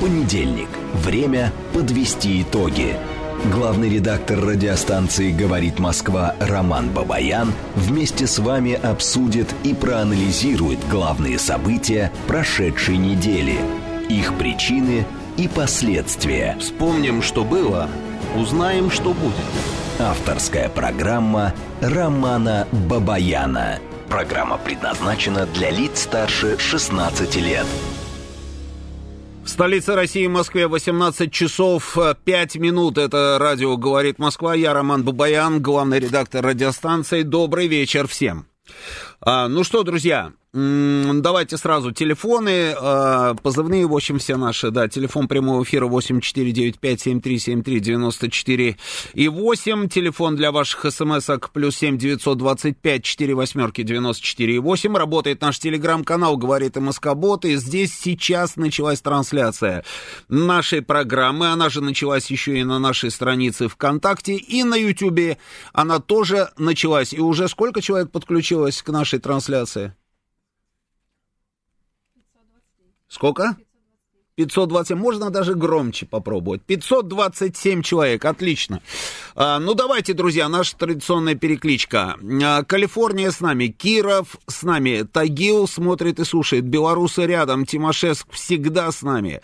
Понедельник. Время подвести итоги. Главный редактор радиостанции «Говорит Москва» Роман Бабаян вместе с вами обсудит и проанализирует главные события прошедшей недели, их причины и последствия. Вспомним, что было, узнаем, что будет. Авторская программа Романа Бабаяна. Программа предназначена для лиц старше 16 лет. В столице России, Москве, 18 часов 5 минут. Это радио «Говорит Москва». Я Роман Бабаян, главный редактор радиостанции. Добрый вечер всем. Ну что, друзья, давайте сразу телефоны, позывные, в общем, все наши, да, телефон прямого эфира 8495-7373-94 и 8, телефон для ваших смс-ок +7 925 4 восьмерки 94 и 8, работает наш телеграм-канал «Говорит МСК-бот», и здесь сейчас началась трансляция нашей программы, она же началась еще и на нашей странице ВКонтакте, и на Ютубе она тоже началась, и уже сколько человек подключилось к нашей трансляции? Сколько? 527, можно даже громче попробовать. 527 человек, отлично. Ну, давайте, друзья, наша традиционная перекличка. Калифорния с нами, Киров с нами, Тагил смотрит и слушает, белорусы рядом, Тимошевск всегда с нами.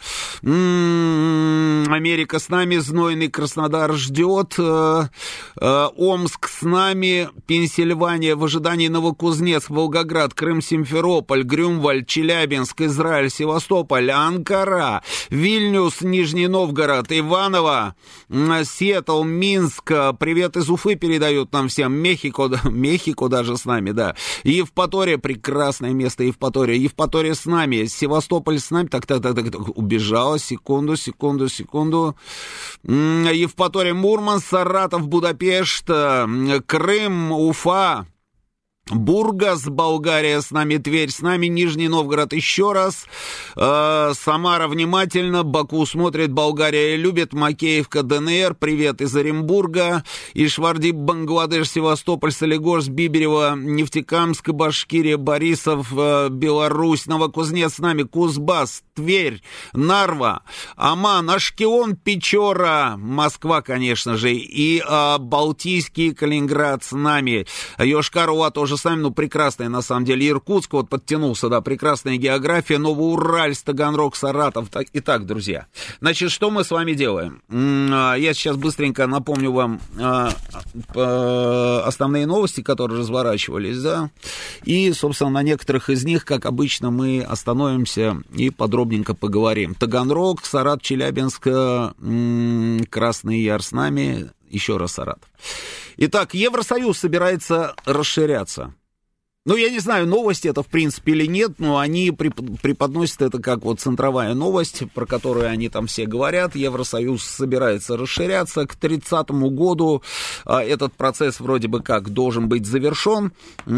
Америка с нами, знойный Краснодар ждет, Омск с нами, Пенсильвания в ожидании, Новокузнецк, Волгоград, Крым, Симферополь, Грюмвальд, Челябинск, Израиль, Севастополь, Анкара, Вильнюс, Нижний Новгород, Иваново, Сиэтл, Минск, привет из Уфы передают нам всем, Мехико даже с нами, да, Евпатория, прекрасное место, Евпатория с нами, Севастополь с нами, так, убежала, секунду, Евпатория, Мурманск, Саратов, Будапешт, Крым, Уфа, Бургас, Болгария с нами, Тверь с нами, Нижний Новгород еще раз, Самара внимательно, Баку смотрит, Болгария любит, Макеевка, ДНР, привет из Оренбурга, Ишварди, Бангладеш, Севастополь, Солигорск, Биберево, Нефтекамск, Башкирия, Борисов, Беларусь, Новокузнецк с нами, Кузбасс, Тверь, Нарва, Аман, Ашкелон, Печора, Москва, конечно же, и Балтийский, Калининград с нами, Йошкар-Ола тоже с нами, ну, прекрасная, на самом деле, Иркутск, вот подтянулся, да, прекрасная география, Новоуральск, Таганрог, Саратов. Итак, друзья, значит, что мы с вами делаем? Я сейчас быстренько напомню вам основные новости, которые разворачивались, да, и, собственно, на некоторых из них, как обычно, мы остановимся и подробненько поговорим. Таганрог, Саратов, Челябинск, Красный Яр с нами, еще раз Саратов. Итак, Евросоюз собирается расширяться. Ну, я не знаю, новости это в принципе или нет, но они преподносят это как вот центровая новость, про которую они там все говорят. Евросоюз собирается расширяться. К 30-му году этот процесс вроде бы как должен быть завершен.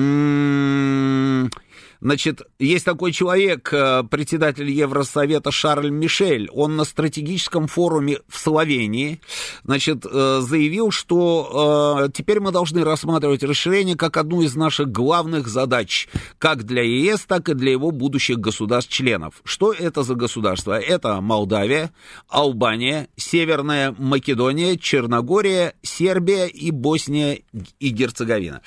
Значит, есть такой человек, председатель Евросовета Шарль Мишель, он на стратегическом форуме в Словении, значит, заявил, что теперь мы должны рассматривать расширение как одну из наших главных задач, как для ЕС, так и для его будущих государств-членов. Что это за государства? Это Молдавия, Албания, Северная Македония, Черногория, Сербия и Босния и Герцеговина.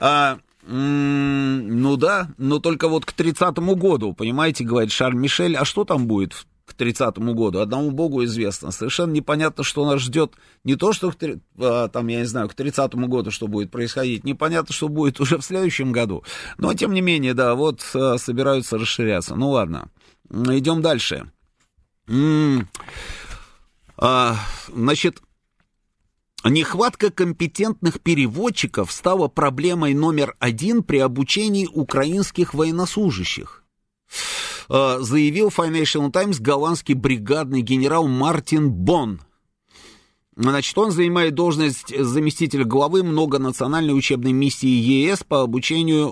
Ну да, но только вот к 30-му году, понимаете, говорит Шарль Мишель, а что там будет к 30-му году? Одному Богу известно. Совершенно непонятно, что нас ждет. Не то, что там, я не знаю, к 30-му году что будет происходить. Непонятно, что будет уже в следующем году. Но, тем не менее, да, вот собираются расширяться. Ну ладно, идем дальше. Значит, нехватка компетентных переводчиков стала проблемой номер один при обучении украинских военнослужащих, заявил Financial Times голландский бригадный генерал Мартин Бон. Значит, он занимает должность заместителя главы многонациональной учебной миссии ЕС по обучению,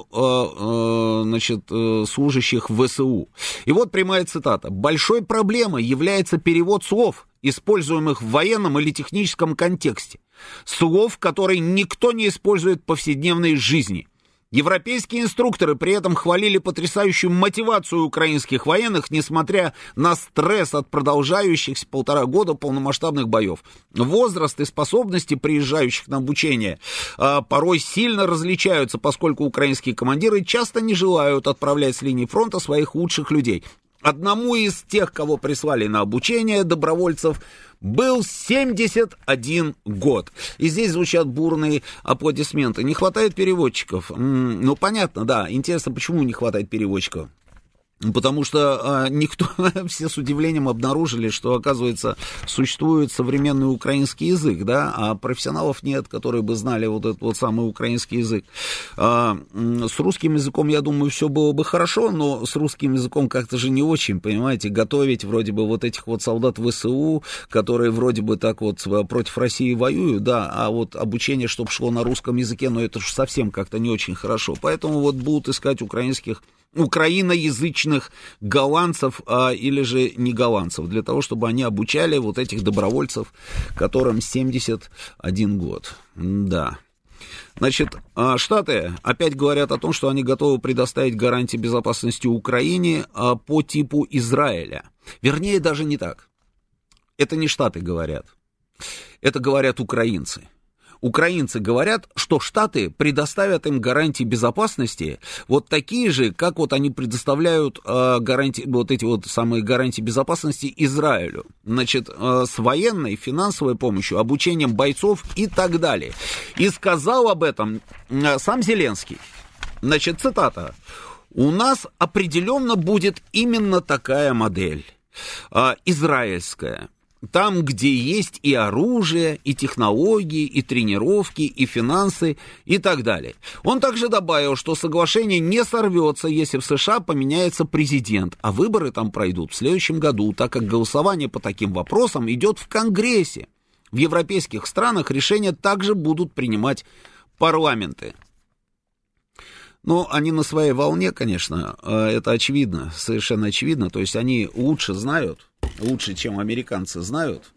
служащих в ВСУ. И вот прямая цитата. «Большой проблемой является перевод слов, используемых в военном или техническом контексте. Слов, которые никто не использует в повседневной жизни. Европейские инструкторы при этом хвалили потрясающую мотивацию украинских военных, несмотря на стресс от продолжающихся 1,5 года полномасштабных боев. Возраст и способности приезжающих на обучение порой сильно различаются, поскольку украинские командиры часто не желают отправлять с линии фронта своих лучших людей. Одному из тех, кого прислали на обучение добровольцев, был 71 год. И здесь звучат бурные аплодисменты. Не хватает переводчиков. Ну, понятно, да. Интересно, почему не хватает переводчиков? Потому что никто, все с удивлением обнаружили, что, оказывается, существует современный украинский язык, да, а профессионалов нет, которые бы знали вот этот вот самый украинский язык. С русским языком, я думаю, все было бы хорошо, но с русским языком как-то же не очень, понимаете, готовить вроде бы вот этих вот солдат ВСУ, которые вроде бы так вот против России воюют, да, а вот обучение, чтобы шло на русском языке, ну, это же совсем как-то не очень хорошо. Поэтому вот будут искать украиноязычных голландцев или же не голландцев, для того, чтобы они обучали вот этих добровольцев, которым 71 год. Да. Значит, Штаты опять говорят о том, что они готовы предоставить гарантии безопасности Украине по типу Израиля. Вернее, даже не так. Это не Штаты говорят. Это говорят украинцы. Украинцы говорят, что Штаты предоставят им гарантии безопасности вот такие же, как вот они предоставляют гарантии, вот эти вот самые гарантии безопасности Израилю. Значит, с военной, финансовой помощью, обучением бойцов и так далее. И сказал об этом сам Зеленский. Значит, цитата. «У нас определенно будет именно такая модель, израильская. Там, где есть и оружие, и технологии, и тренировки, и финансы, и так далее». Он также добавил, что соглашение не сорвется, если в США поменяется президент, а выборы там пройдут в следующем году, так как голосование по таким вопросам идет в Конгрессе. В европейских странах решения также будут принимать парламенты. Ну, они на своей волне, конечно, это очевидно, совершенно очевидно, то есть они лучше знают, лучше, чем американцы знают,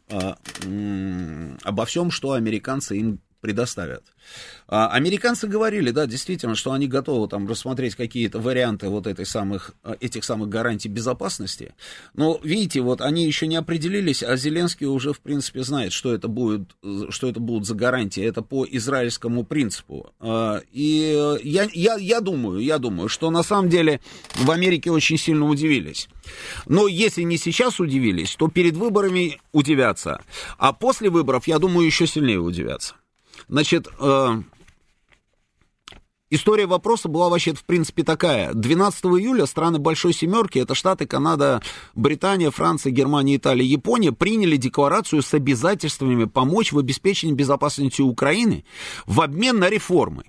обо всем, что американцы им предоставят. Американцы говорили, да, действительно, что они готовы там рассмотреть какие-то варианты вот этих самых гарантий безопасности, но, видите, вот они еще не определились, а Зеленский уже, в принципе, знает, что это будут за гарантии, это по израильскому принципу. И я думаю, что на самом деле в Америке очень сильно удивились. Но если не сейчас удивились, то перед выборами удивятся, а после выборов, я думаю, еще сильнее удивятся. Значит, история вопроса была вообще, в принципе, такая. 12 июля страны Большой Семерки, это Штаты, Канада, Британия, Франция, Германия, Италия, Япония, приняли декларацию с обязательствами помочь в обеспечении безопасности Украины в обмен на реформы.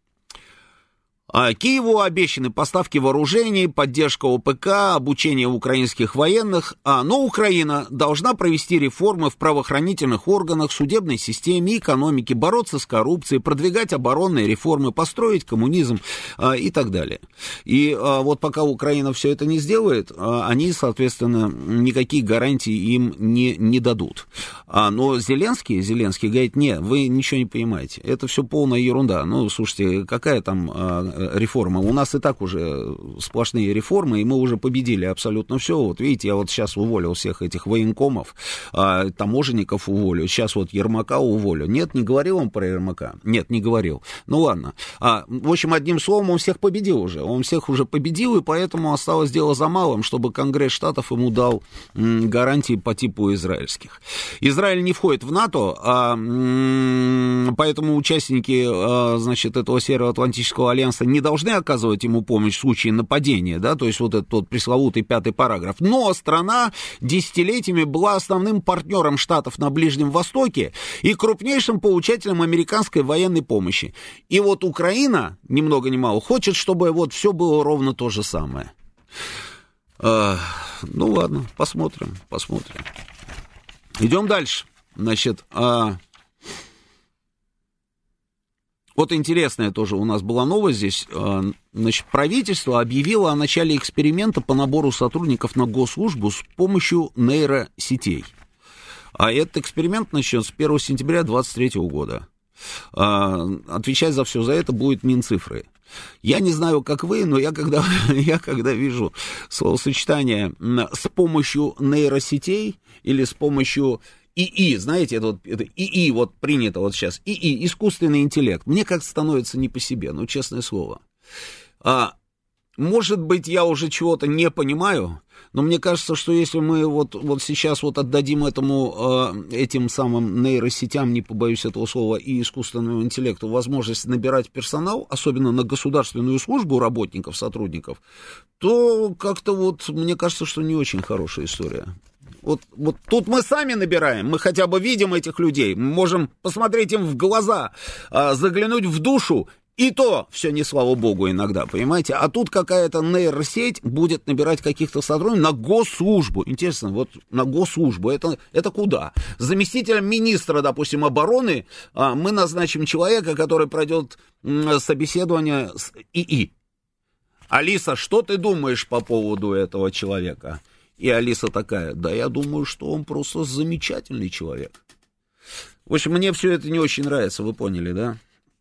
Киеву обещаны поставки вооружений, поддержка ОПК, обучение украинских военных, но Украина должна провести реформы в правоохранительных органах, судебной системе, экономике, бороться с коррупцией, продвигать оборонные реформы, построить коммунизм и так далее. И вот пока Украина все это не сделает, они, соответственно, никакие гарантии им не дадут. Но Зеленский говорит, нет, вы ничего не понимаете, это все полная ерунда. Ну, слушайте, какая там реформа? У нас и так уже сплошные реформы, и мы уже победили абсолютно все. Вот видите, я вот сейчас уволил всех этих военкомов, таможенников уволю, сейчас вот Ермака уволю. Нет, не говорил он про Ермака? Нет, не говорил. Ну ладно. В общем, одним словом, он всех победил уже. Он всех уже победил, и поэтому осталось дело за малым, чтобы Конгресс Штатов ему дал гарантии по типу израильских. Израиль не входит в НАТО, поэтому участники, значит, этого Североатлантического альянса не должны оказывать ему помощь в случае нападения, да, то есть вот этот вот пресловутый 5-й параграф. Но страна десятилетиями была основным партнером Штатов на Ближнем Востоке и крупнейшим получателем американской военной помощи. И вот Украина, ни много ни мало, хочет, чтобы вот все было ровно то же самое. Ну ладно, посмотрим. Идем дальше. Значит, вот интересная тоже у нас была новость здесь. Значит, правительство объявило о начале эксперимента по набору сотрудников на госслужбу с помощью нейросетей. А этот эксперимент начнется с 1 сентября 2023 года. Отвечать за все за это будет Минцифры. Я не знаю, как вы, но я когда вижу словосочетание с помощью нейросетей или с помощью ИИ, знаете, это ИИ вот принято вот сейчас, ИИ, искусственный интеллект, мне как-то становится не по себе, ну, честное слово. Может быть, я уже чего-то не понимаю, но мне кажется, что если мы вот сейчас вот отдадим этим самым нейросетям, не побоюсь этого слова, и искусственному интеллекту возможность набирать персонал, особенно на государственную службу работников, сотрудников, то как-то вот мне кажется, что не очень хорошая история. Вот тут мы сами набираем, мы хотя бы видим этих людей, мы можем посмотреть им в глаза, заглянуть в душу. И то все не слава богу иногда, понимаете? А тут какая-то нейросеть будет набирать каких-то сотрудников на госслужбу. Интересно, вот на госслужбу, это куда? Заместителем министра, допустим, обороны мы назначим человека, который пройдет собеседование с ИИ. Алиса, что ты думаешь по поводу этого человека? И Алиса такая, да я думаю, что он просто замечательный человек. В общем, мне все это не очень нравится, вы поняли, да?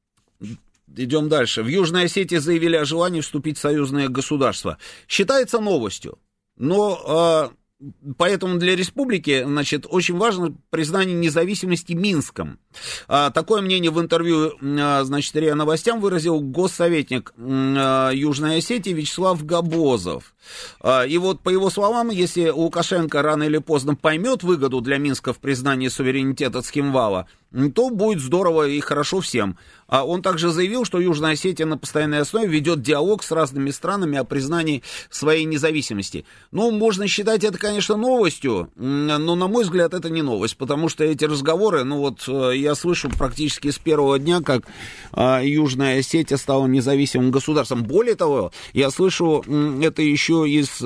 Идем дальше. В Южной Осетии заявили о желании вступить в союзное государство. Считается новостью, но поэтому для республики, значит, очень важно признание независимости Минском. Такое мнение в интервью, значит, РИА Новостям выразил госсоветник Южной Осетии Вячеслав Габозов. И вот, по его словам, если Лукашенко рано или поздно поймет выгоду для Минска в признании суверенитета Цхинвала, то будет здорово и хорошо всем. Он также заявил, что Южная Осетия на постоянной основе ведет диалог с разными странами о признании своей независимости. Ну, можно считать это, конечно, новостью, но, на мой взгляд, это не новость, потому что эти разговоры, ну вот, я слышу практически с первого дня, как Южная Осетия стала независимым государством. Более того, я слышу это еще из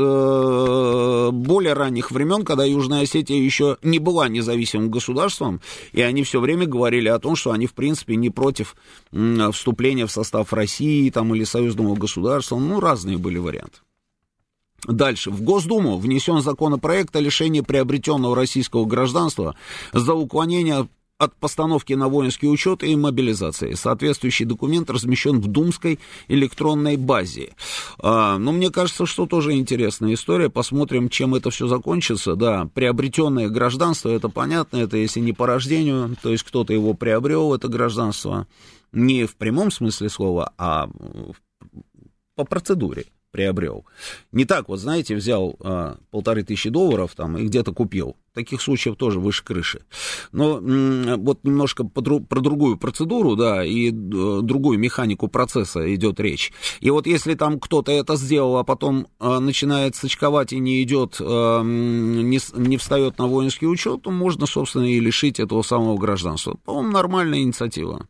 более ранних времен, когда Южная Осетия еще не была независимым государством, и они все время говорили о том, что они, в принципе, не против вступления в состав России там, или союзного государства. Ну, разные были варианты. Дальше. В Госдуму внесен законопроект о лишении приобретенного российского гражданства за уклонение от постановки на воинский учет и мобилизации. Соответствующий документ размещен в Думской электронной базе. Но мне кажется, что тоже интересная история. Посмотрим, чем это все закончится. Да, приобретенное гражданство, это понятно, это если не по рождению, то есть кто-то его приобрел, это гражданство, не в прямом смысле слова, а по процедуре приобрел. Не так, вот знаете, взял $1500 там и где-то купил. Таких случаев тоже выше крыши. Но вот немножко про другую процедуру, да, и другую механику процесса идет речь. И вот если там кто-то это сделал, а потом начинает сочковать и не идет, не встает на воинский учет, то можно, собственно, и лишить этого самого гражданства. По-моему, нормальная инициатива.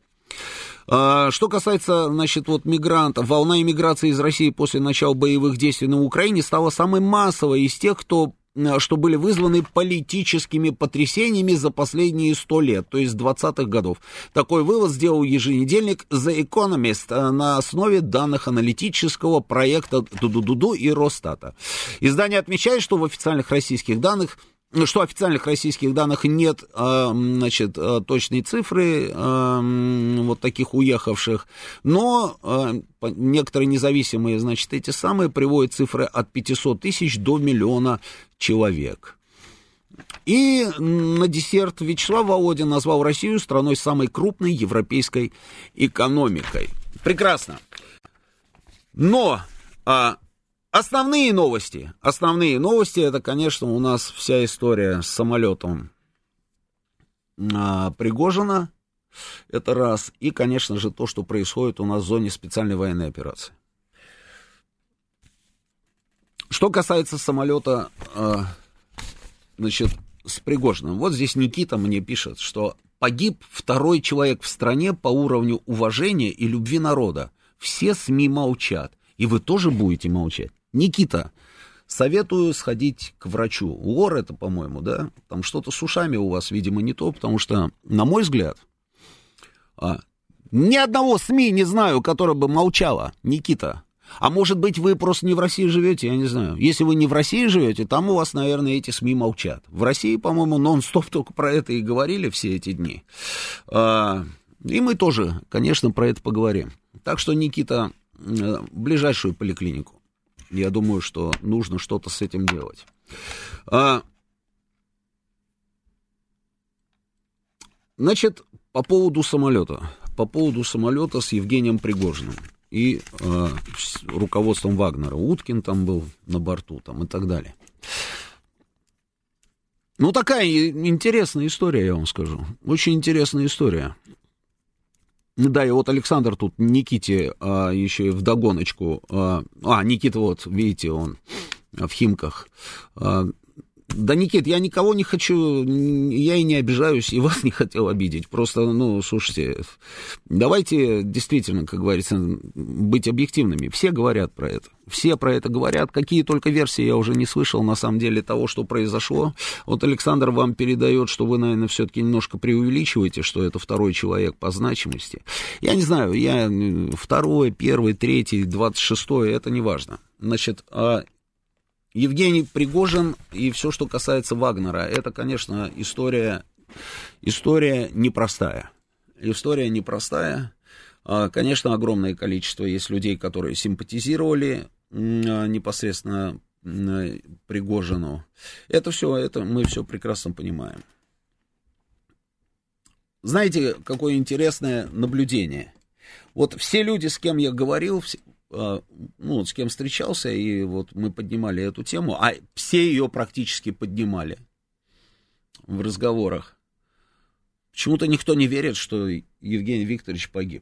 Что касается, значит, вот мигрантов, волна иммиграции из России после начала боевых действий на Украине стала самой массовой из тех, что были вызваны политическими потрясениями за последние 100 лет, то есть 20-х годов. Такой вывод сделал еженедельник The Economist на основе данных аналитического проекта Ду-Ду-Ду-Ду и Росстата. Издание отмечает, что официальных российских данных нет, значит, точной цифры вот таких уехавших, но некоторые независимые, значит, эти самые приводят цифры от 500 тысяч до 1 миллиона человек. И на десерт Вячеслав Володин назвал Россию страной с самой крупной европейской экономикой. Прекрасно. Но основные новости, это, конечно, у нас вся история с самолетом Пригожина, это раз, и, конечно же, то, что происходит у нас в зоне специальной военной операции. Что касается самолета, значит, с Пригожиным, вот здесь Никита мне пишет, что погиб второй человек в стране по уровню уважения и любви народа. Все СМИ молчат, и вы тоже будете молчать. Никита, советую сходить к врачу. Лор это, по-моему, да? Там что-то с ушами у вас, видимо, не то, потому что, на мой взгляд, ни одного СМИ не знаю, которое бы молчало, Никита. А может быть, вы просто не в России живете, я не знаю. Если вы не в России живете, там у вас, наверное, эти СМИ молчат. В России, по-моему, нон-стоп только про это и говорили все эти дни. И мы тоже, конечно, про это поговорим. Так что, Никита, ближайшую поликлинику. Я думаю, что нужно что-то с этим делать. Значит, по поводу самолета. По поводу самолета с Евгением Пригожиным и с руководством Вагнера. Уткин там был на борту там, и так далее. Ну, такая интересная история, я вам скажу. Очень интересная история. Да, и вот Александр тут Никите еще и вдогоночку. Никита, вот, видите, он в Химках. Да, Никит, я никого не хочу, я и не обижаюсь, и вас не хотел обидеть. Просто, слушайте, давайте действительно, как говорится, быть объективными. Все говорят про это. Все про это говорят. Какие только версии я уже не слышал, на самом деле, того, что произошло. Вот Александр вам передает, что вы, наверное, все-таки немножко преувеличиваете, что это второй человек по значимости. Я не знаю, я второй, первый, третий, 26-й, это не важно. Значит, Евгений Пригожин и все, что касается Вагнера, это, конечно, история непростая. История непростая. Конечно, огромное количество есть людей, которые симпатизировали непосредственно Пригожину. Это мы все прекрасно понимаем. Знаете, какое интересное наблюдение? Вот все люди, с кем я говорил, с кем встречался, и вот мы поднимали эту тему, а все ее практически поднимали в разговорах. Почему-то никто не верит, что Евгений Викторович погиб.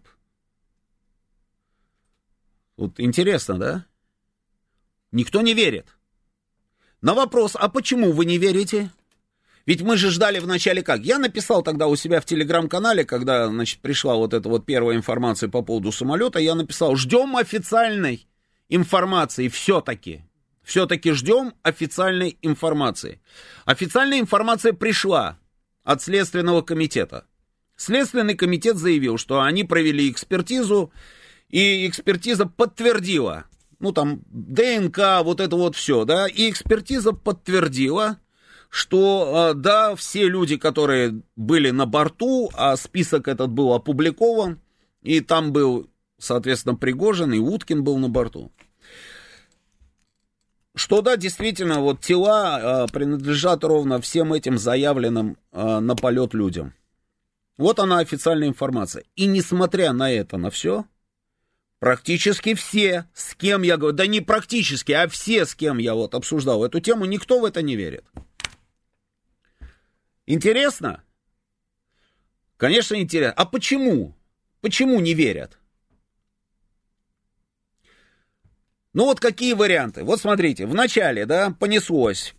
Вот интересно, да? Никто не верит. На вопрос, а почему вы не верите? Ведь мы же ждали вначале как? Я написал тогда у себя в телеграм-канале, когда, пришла вот эта вот первая информация по поводу самолета, я написал, ждем официальной информации все-таки. Все-таки ждем официальной информации. Официальная информация пришла от Следственного комитета. Следственный комитет заявил, что они провели экспертизу, и экспертиза подтвердила, ДНК, вот это вот все, да, и экспертиза подтвердила, что, да, все люди, которые были на борту, а список этот был опубликован, и там был, соответственно, Пригожин, и Уткин был на борту. Что, да, действительно, вот тела принадлежат ровно всем этим заявленным на полет людям. Вот она официальная информация. И несмотря на это, на все, практически все, с кем я говорю, да не практически, а все, с кем я вот обсуждал эту тему, никто в это не верит. Интересно? Конечно, интересно. А почему? Почему не верят? Вот какие варианты. Вот смотрите, вначале, да, понеслось.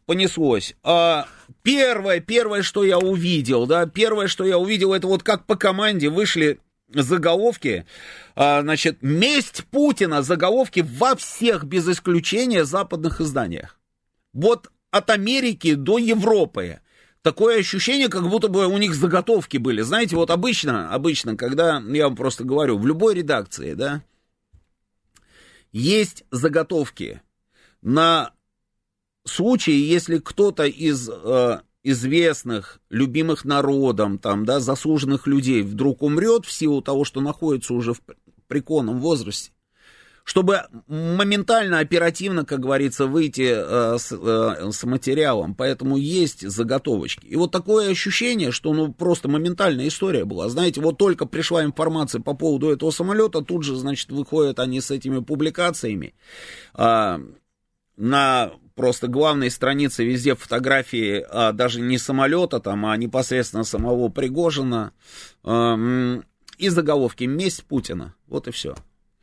Первое, что я увидел, это вот как по команде вышли заголовки, месть Путина, заголовки во всех, без исключения, западных изданиях. Вот от Америки до Европы. Такое ощущение, как будто бы у них заготовки были. Знаете, вот обычно, когда, я вам просто говорю, в любой редакции, да, есть заготовки на случай, если кто-то из известных, любимых народом, там, да, заслуженных людей вдруг умрет в силу того, что находится уже в преклонном возрасте, чтобы моментально, оперативно, как говорится, выйти с материалом. Поэтому есть заготовочки. И вот такое ощущение, что просто моментальная история была. Знаете, вот только пришла информация по поводу этого самолета, тут же, выходят они с этими публикациями. На просто главной странице везде фотографии даже не самолета, там, а непосредственно самого Пригожина. И заголовки «Месть Путина». Вот и все.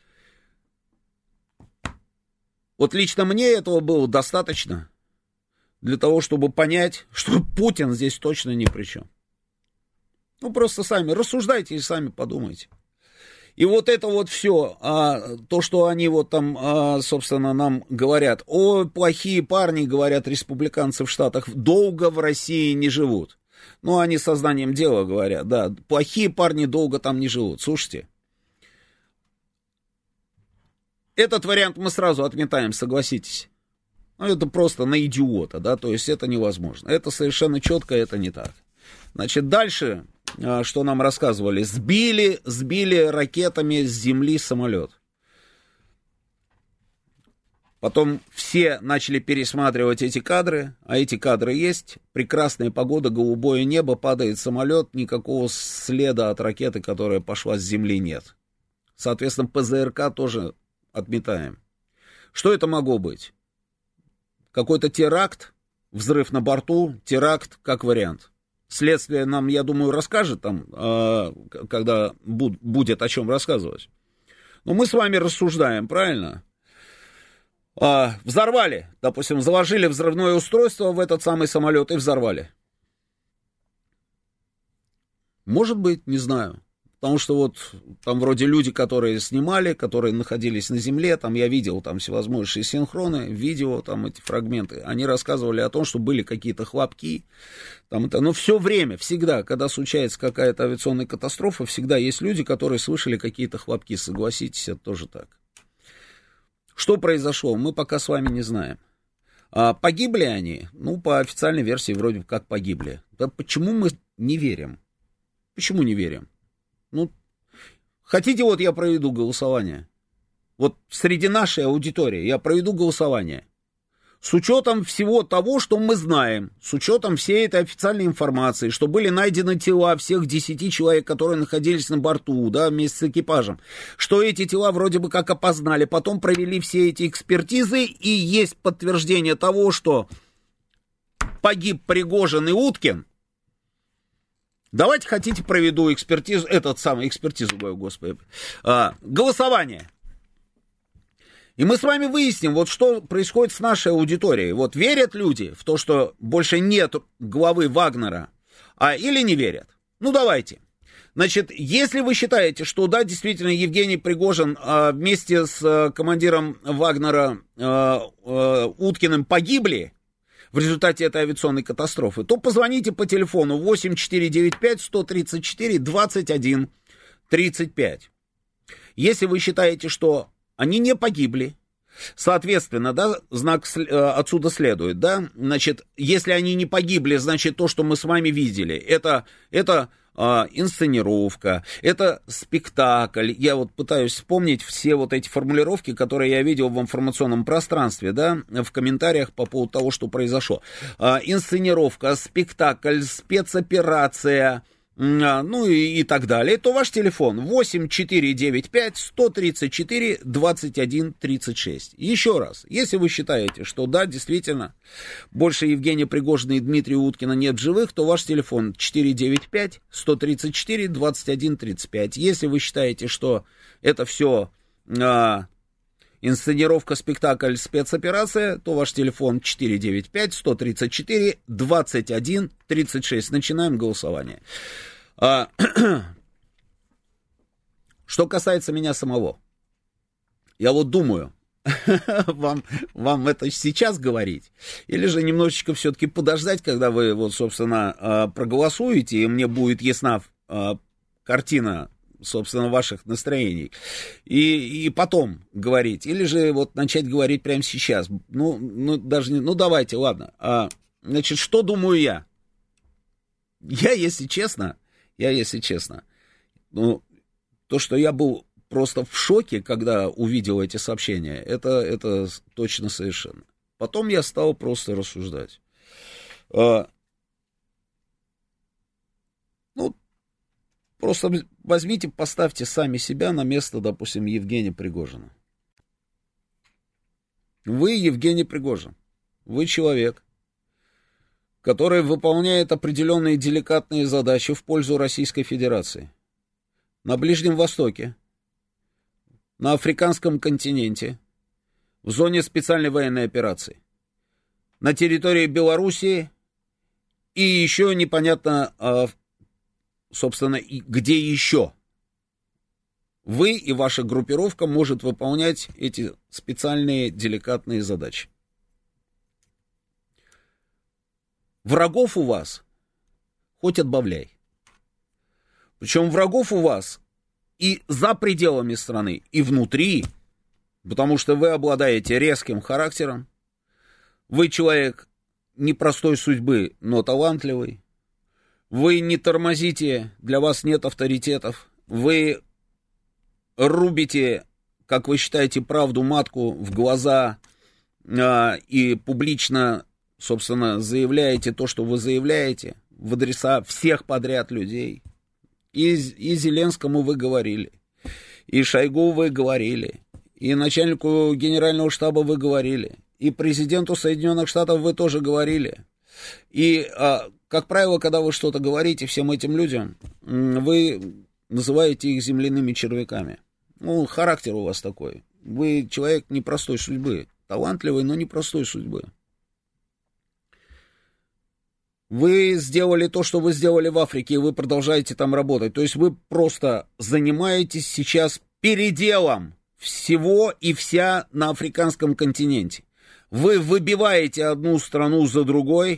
Вот лично мне этого было достаточно для того, чтобы понять, что Путин здесь точно ни при чем. Просто сами рассуждайте и сами подумайте. И вот это вот все, то, что они вот там, собственно, нам говорят, плохие парни, говорят республиканцы в Штатах, долго в России не живут. Они сознанием дела говорят, да, плохие парни долго там не живут. Слушайте. Этот вариант мы сразу отметаем, согласитесь. Это просто на идиота, да, то есть это невозможно. Это совершенно четко, это не так. Значит, дальше что нам рассказывали. Сбили ракетами с земли самолет. Потом все начали пересматривать эти кадры, а эти кадры есть. Прекрасная погода, голубое небо, падает самолет, никакого следа от ракеты, которая пошла с земли, нет. Соответственно, ПЗРК тоже отметаем. Что это могло быть? Какой-то теракт, взрыв на борту, теракт как вариант. Следствие нам, я думаю, расскажет там, когда будет о чем рассказывать. Но мы с вами рассуждаем, правильно? Взорвали, допустим, заложили взрывное устройство в этот самый самолет и взорвали. Может быть, не знаю. Потому что вот там вроде люди, которые снимали, которые находились на земле, там я видел там всевозможные синхроны, видео, там эти фрагменты, они рассказывали о том, что были какие-то хлопки, там это, но все время, всегда, когда случается какая-то авиационная катастрофа, всегда есть люди, которые слышали какие-то хлопки, согласитесь, это тоже так. Что произошло, мы пока с вами не знаем. Погибли они? Ну, по официальной версии вроде как погибли. Да почему мы не верим? Почему не верим? Ну, хотите, вот я проведу голосование? Вот среди нашей аудитории я проведу голосование. С учетом всего того, что мы знаем, с учетом всей этой официальной информации, что были найдены тела всех 10 человек, которые находились на борту, да, вместе с экипажем, что эти тела вроде бы как опознали, потом провели все эти экспертизы, и есть подтверждение того, что погиб Пригожин и Уткин. Давайте, хотите, проведу экспертизу, господи, голосование. И мы с вами выясним, вот что происходит с нашей аудиторией. Вот верят люди в то, что больше нет главы Вагнера, или не верят? Ну, давайте. Значит, если вы считаете, что да, действительно, Евгений Пригожин вместе с командиром Вагнера Уткиным погибли в результате этой авиационной катастрофы, то позвоните по телефону 8495-134-21-35. Если вы считаете, что они не погибли, соответственно, да, знак отсюда следует, да, значит, если они не погибли, значит, то, что мы с вами видели, это инсценировка, это спектакль. Я вот пытаюсь вспомнить все вот эти формулировки, которые я видел в информационном пространстве, да, в комментариях по поводу того, что произошло. Инсценировка, спектакль, спецоперация, ну и так далее, то ваш телефон 8495-134-21-36. Еще раз, если вы считаете, что да, действительно, больше Евгения Пригожина и Дмитрия Уткина нет в живых, то ваш телефон 495-134-21-35. Если вы считаете, что это все инсценировка, спектакль, спецоперация, то ваш телефон 495-134-21-36. Начинаем голосование. Что касается меня самого, я вот думаю, вам это сейчас говорить, или же немножечко все-таки подождать, когда вы, вот, собственно, проголосуете, и мне будет ясна картина, собственно, ваших настроений, и потом говорить, или же вот начать говорить прямо сейчас. Ну даже не, ну давайте, ладно. Значит, что думаю я? Я, если честно, ну, то, что я был просто в шоке, когда увидел эти сообщения, это точно совершенно. Потом я стал просто рассуждать. Просто возьмите, поставьте сами себя на место, допустим, Евгения Пригожина. Вы Евгений Пригожин. Вы человек, который выполняет определенные деликатные задачи в пользу Российской Федерации. На Ближнем Востоке, на Африканском континенте, в зоне специальной военной операции, на территории Белоруссии и еще непонятно, собственно, где еще вы и ваша группировка может выполнять эти специальные деликатные задачи. Врагов у вас хоть отбавляй. Причем врагов у вас и за пределами страны, и внутри, потому что вы обладаете резким характером, вы человек непростой судьбы, но талантливый, Вы не тормозите, для вас нет авторитетов. Вы рубите, как вы считаете, правду матку в глаза и публично, собственно, заявляете то, что вы заявляете в адреса всех подряд людей. И Зеленскому вы говорили, и Шойгу вы говорили, и начальнику генерального штаба вы говорили, и президенту Соединенных Штатов вы тоже говорили. И, как правило, когда вы что-то говорите всем этим людям, вы называете их земляными червяками. Ну, характер у вас такой. Вы человек непростой судьбы, талантливый, но непростой судьбы. Вы сделали то, что вы сделали в Африке, и вы продолжаете там работать. То есть вы просто занимаетесь сейчас переделом всего и вся на африканском континенте. Вы выбиваете одну страну за другой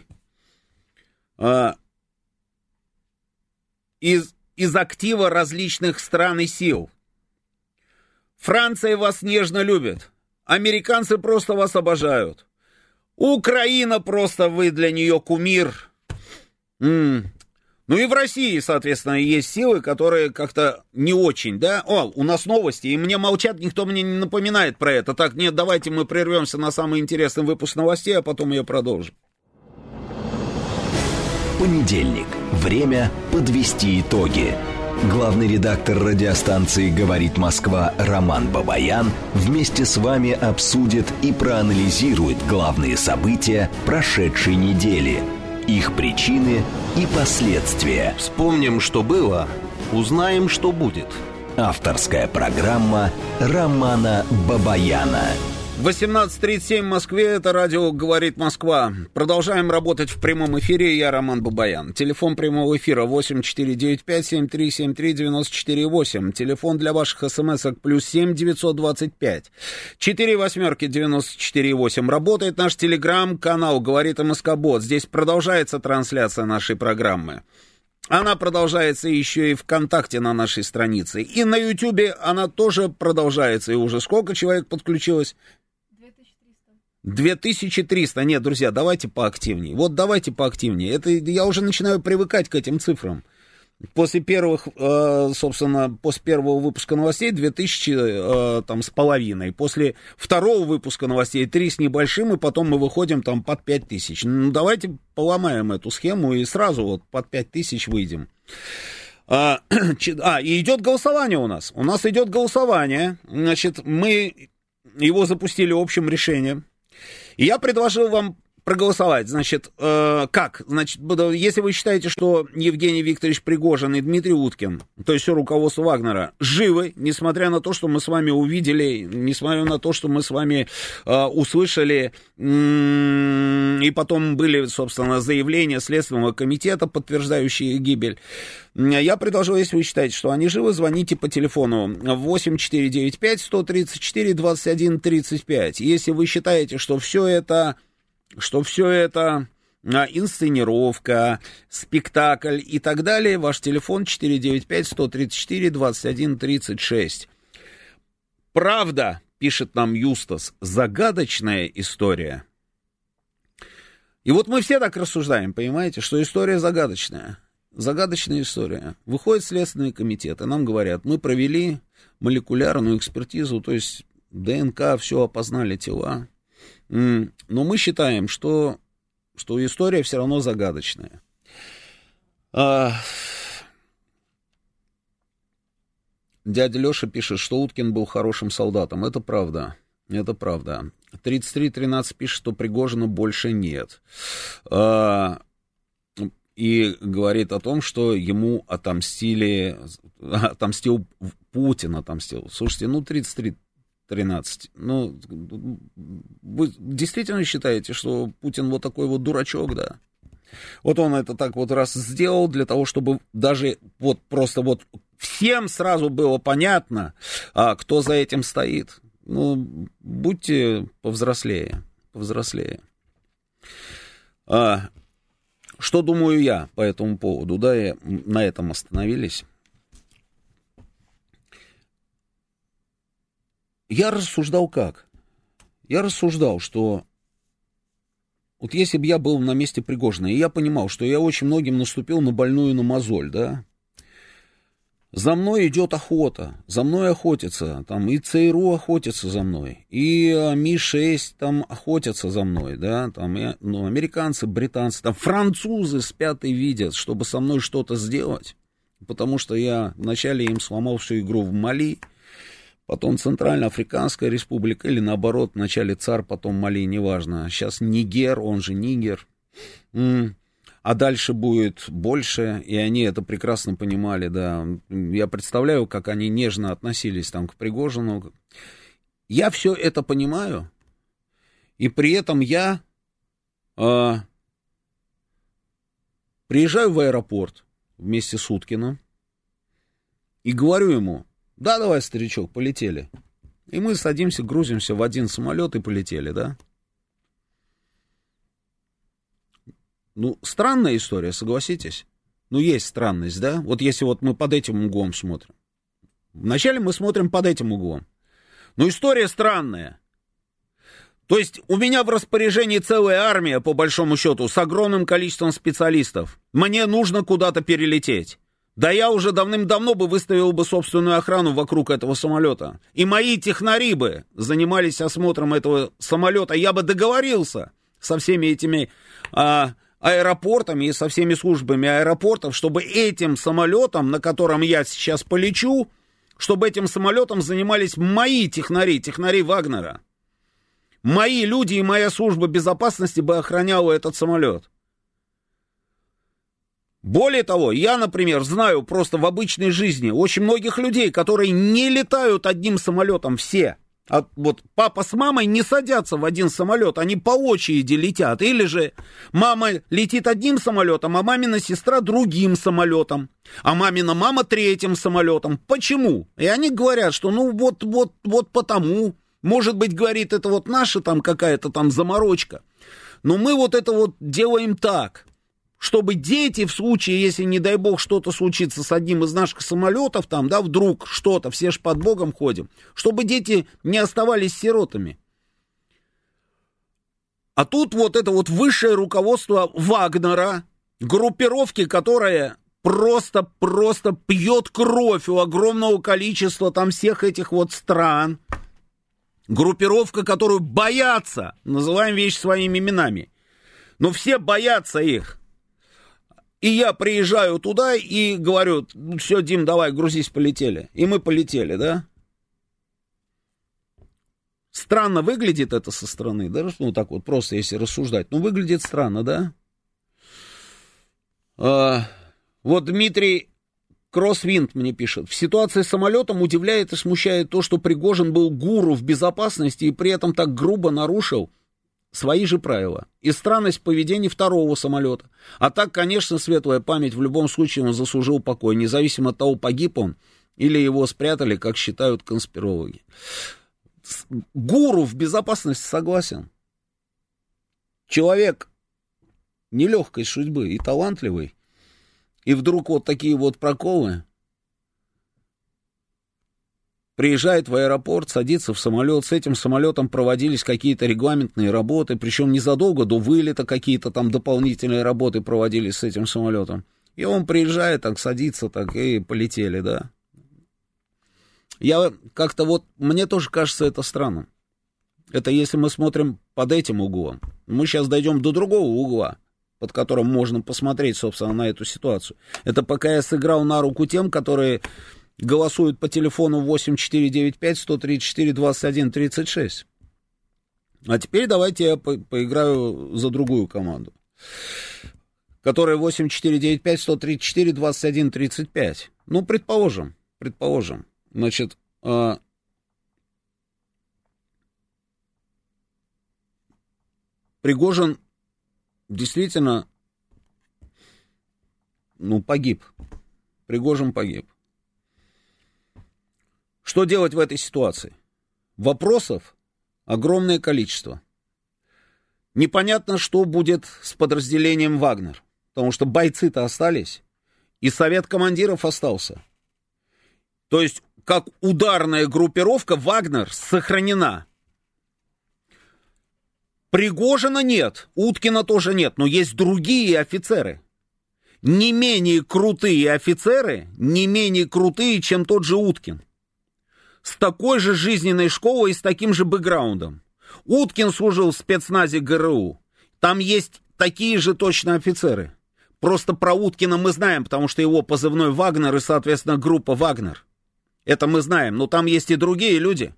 из актива различных стран и сил. Франция вас нежно любит. Американцы просто вас обожают. Украина просто вы для нее кумир. Ну и в России, соответственно, есть силы, которые как-то не очень, да? О, у нас новости, и мне молчат, никто мне не напоминает про это. Так, нет, давайте мы прервемся на самый интересный выпуск новостей, а потом я продолжу. Понедельник. Время подвести итоги. Главный редактор радиостанции «Говорит Москва» Роман Бабаян вместе с вами обсудит и проанализирует главные события прошедшей недели, их причины и последствия. Вспомним, что было, узнаем, что будет. Авторская программа Романа Бабаяна. 18:37 в Москве, это радио «Говорит Москва». Продолжаем работать в прямом эфире, я Роман Бабаян. Телефон прямого эфира 8495-7373-94-8. Телефон для ваших смс-ок +7 925 4 8 94-8. Работает наш телеграм-канал «Говорит МСК-бот». Здесь продолжается трансляция нашей программы. Она продолжается еще и ВКонтакте на нашей странице. И на Ютубе она тоже продолжается. И уже сколько человек подключилось? 2300. Нет, друзья, давайте поактивнее. Вот давайте поактивнее. Это я уже начинаю привыкать к этим цифрам. После первых, собственно, после первого выпуска новостей 2000 там с половиной. После второго выпуска новостей 3 с небольшим, и потом мы выходим там под 5000. Ну, давайте поломаем эту схему и сразу вот под 5000 выйдем. И идет голосование у нас. У нас идет голосование. Значит, мы его запустили общим решением. И я предложил вам проголосовать. Значит, как? Значит, если вы считаете, что Евгений Викторович Пригожин и Дмитрий Уткин, то есть все руководство Вагнера, живы, несмотря на то, что мы с вами увидели, несмотря на то, что мы с вами услышали, и потом были, собственно, заявления Следственного комитета, подтверждающие их гибель. Я предложил, если вы считаете, что они живы, звоните по телефону 8495-134-21-35. Если вы считаете, что все это инсценировка, спектакль и так далее, ваш телефон 495-134-21-36. Правда, пишет нам Юстас, загадочная история. И вот мы все так рассуждаем, понимаете, что история загадочная. Загадочная история. Выходит Следственный комитет, и нам говорят, мы провели молекулярную экспертизу, то есть ДНК, все опознали тела. Но мы считаем, что история все равно загадочная. Дядя Леша пишет, что Уткин был хорошим солдатом. Это правда. Это правда. 3313 пишет, что Пригожина больше нет. И говорит о том, что ему отомстил Путин отомстил. Слушайте, 3313. Вы действительно считаете, что Путин вот такой вот дурачок, да? Вот он это так вот раз сделал для того, чтобы даже вот просто вот всем сразу было понятно, кто за этим стоит. Будьте повзрослее. Что думаю я по этому поводу, да, и на этом остановились. Я рассуждал как? Я рассуждал, что вот если бы я был на месте Пригожина, и я понимал, что я очень многим наступил на больную на мозоль, да, за мной идет охота, за мной охотятся, там и ЦРУ охотятся за мной, и Ми-6 там охотятся за мной, да, там, и, ну, американцы, британцы, там французы спят и видят, чтобы со мной что-то сделать, потому что я вначале им сломал всю игру в Мали, потом Центральноафриканская республика, или наоборот, вначале ЦАР, потом Мали, неважно. Сейчас Нигер, он же Нигер. А дальше будет больше, и они это прекрасно понимали, да. Я представляю, как они нежно относились там к Пригожину. Я все это понимаю, и при этом я приезжаю в аэропорт вместе с Уткиным и говорю ему: да, давай, старичок, полетели. И мы садимся, грузимся в один самолет и полетели, да? Ну, странная история, согласитесь? Ну, есть странность, да? Вот если вот мы под этим углом смотрим. Вначале мы смотрим под этим углом. Но история странная. То есть у меня в распоряжении целая армия, по большому счету, с огромным количеством специалистов. Мне нужно куда-то перелететь. Да я уже давным-давно бы выставил бы собственную охрану вокруг этого самолета. И мои технари бы занимались осмотром этого самолета. Я бы договорился со всеми этими аэропортами и со всеми службами аэропортов, чтобы этим самолетом, на котором я сейчас полечу, чтобы этим самолетом занимались мои технари, технари Вагнера. Мои люди и моя служба безопасности бы охраняла этот самолет. Более того, я, например, знаю просто в обычной жизни очень многих людей, которые не летают одним самолетом все. Вот папа с мамой не садятся в один самолет, они по очереди летят. Или же мама летит одним самолетом, а мамина сестра другим самолетом, а мамина мама третьим самолетом. Почему? И они говорят, что ну вот потому. Может быть, говорит, это вот наша там какая-то там заморочка. Но мы вот это вот делаем так, чтобы дети в случае, если, не дай бог, что-то случится с одним из наших самолетов, там, да, вдруг что-то, все ж под Богом ходим, чтобы дети не оставались сиротами. А тут вот это вот высшее руководство Вагнера, группировки, которая просто пьет кровь у огромного количества там всех этих вот стран, группировка, которую боятся, называем вещи своими именами, но все боятся их. И я приезжаю туда и говорю: все, Дим, давай, грузись, полетели. И мы полетели, да? Странно выглядит это со стороны, да? Ну, так вот, просто если рассуждать. Ну, выглядит странно, да? Вот Дмитрий Кроссвинд мне пишет: в ситуации с самолетом удивляет и смущает то, что Пригожин был гуру в безопасности и при этом так грубо нарушил свои же правила. И странность поведения второго самолета. А так, конечно, светлая память, в любом случае он заслужил покой, независимо от того, погиб он или его спрятали, как считают конспирологи. Гуру в безопасности, согласен. Человек нелегкой судьбы и талантливый. И вдруг вот такие вот проколы. Приезжает в аэропорт, садится в самолет, с этим самолетом проводились какие-то регламентные работы, причем незадолго до вылета какие-то там дополнительные работы проводились с этим самолетом. И он приезжает, так садится, так и полетели, да. Я как-то вот, мне тоже кажется это странным. Это если мы смотрим под этим углом. Мы сейчас дойдем до другого угла, под которым можно посмотреть, собственно, на эту ситуацию. Это пока я сыграл на руку тем, которые голосуют по телефону 8495-134-21-36. А теперь давайте я поиграю за другую команду, которая 8495-134-21-35. Ну, предположим. Значит, Пригожин действительно, ну, погиб. Пригожин погиб. Что делать в этой ситуации? Вопросов огромное количество. Непонятно, что будет с подразделением «Вагнер», потому что бойцы-то остались, и совет командиров остался. То есть, как ударная группировка, «Вагнер» сохранена. Пригожина нет, Уткина тоже нет, но есть другие офицеры. Не менее крутые офицеры, не менее крутые, чем тот же Уткин. С такой же жизненной школой и с таким же бэкграундом. Уткин служил в спецназе ГРУ. Там есть такие же точно офицеры. Просто про Уткина мы знаем, потому что его позывной «Вагнер» и, соответственно, группа «Вагнер». Это мы знаем, но там есть и другие люди.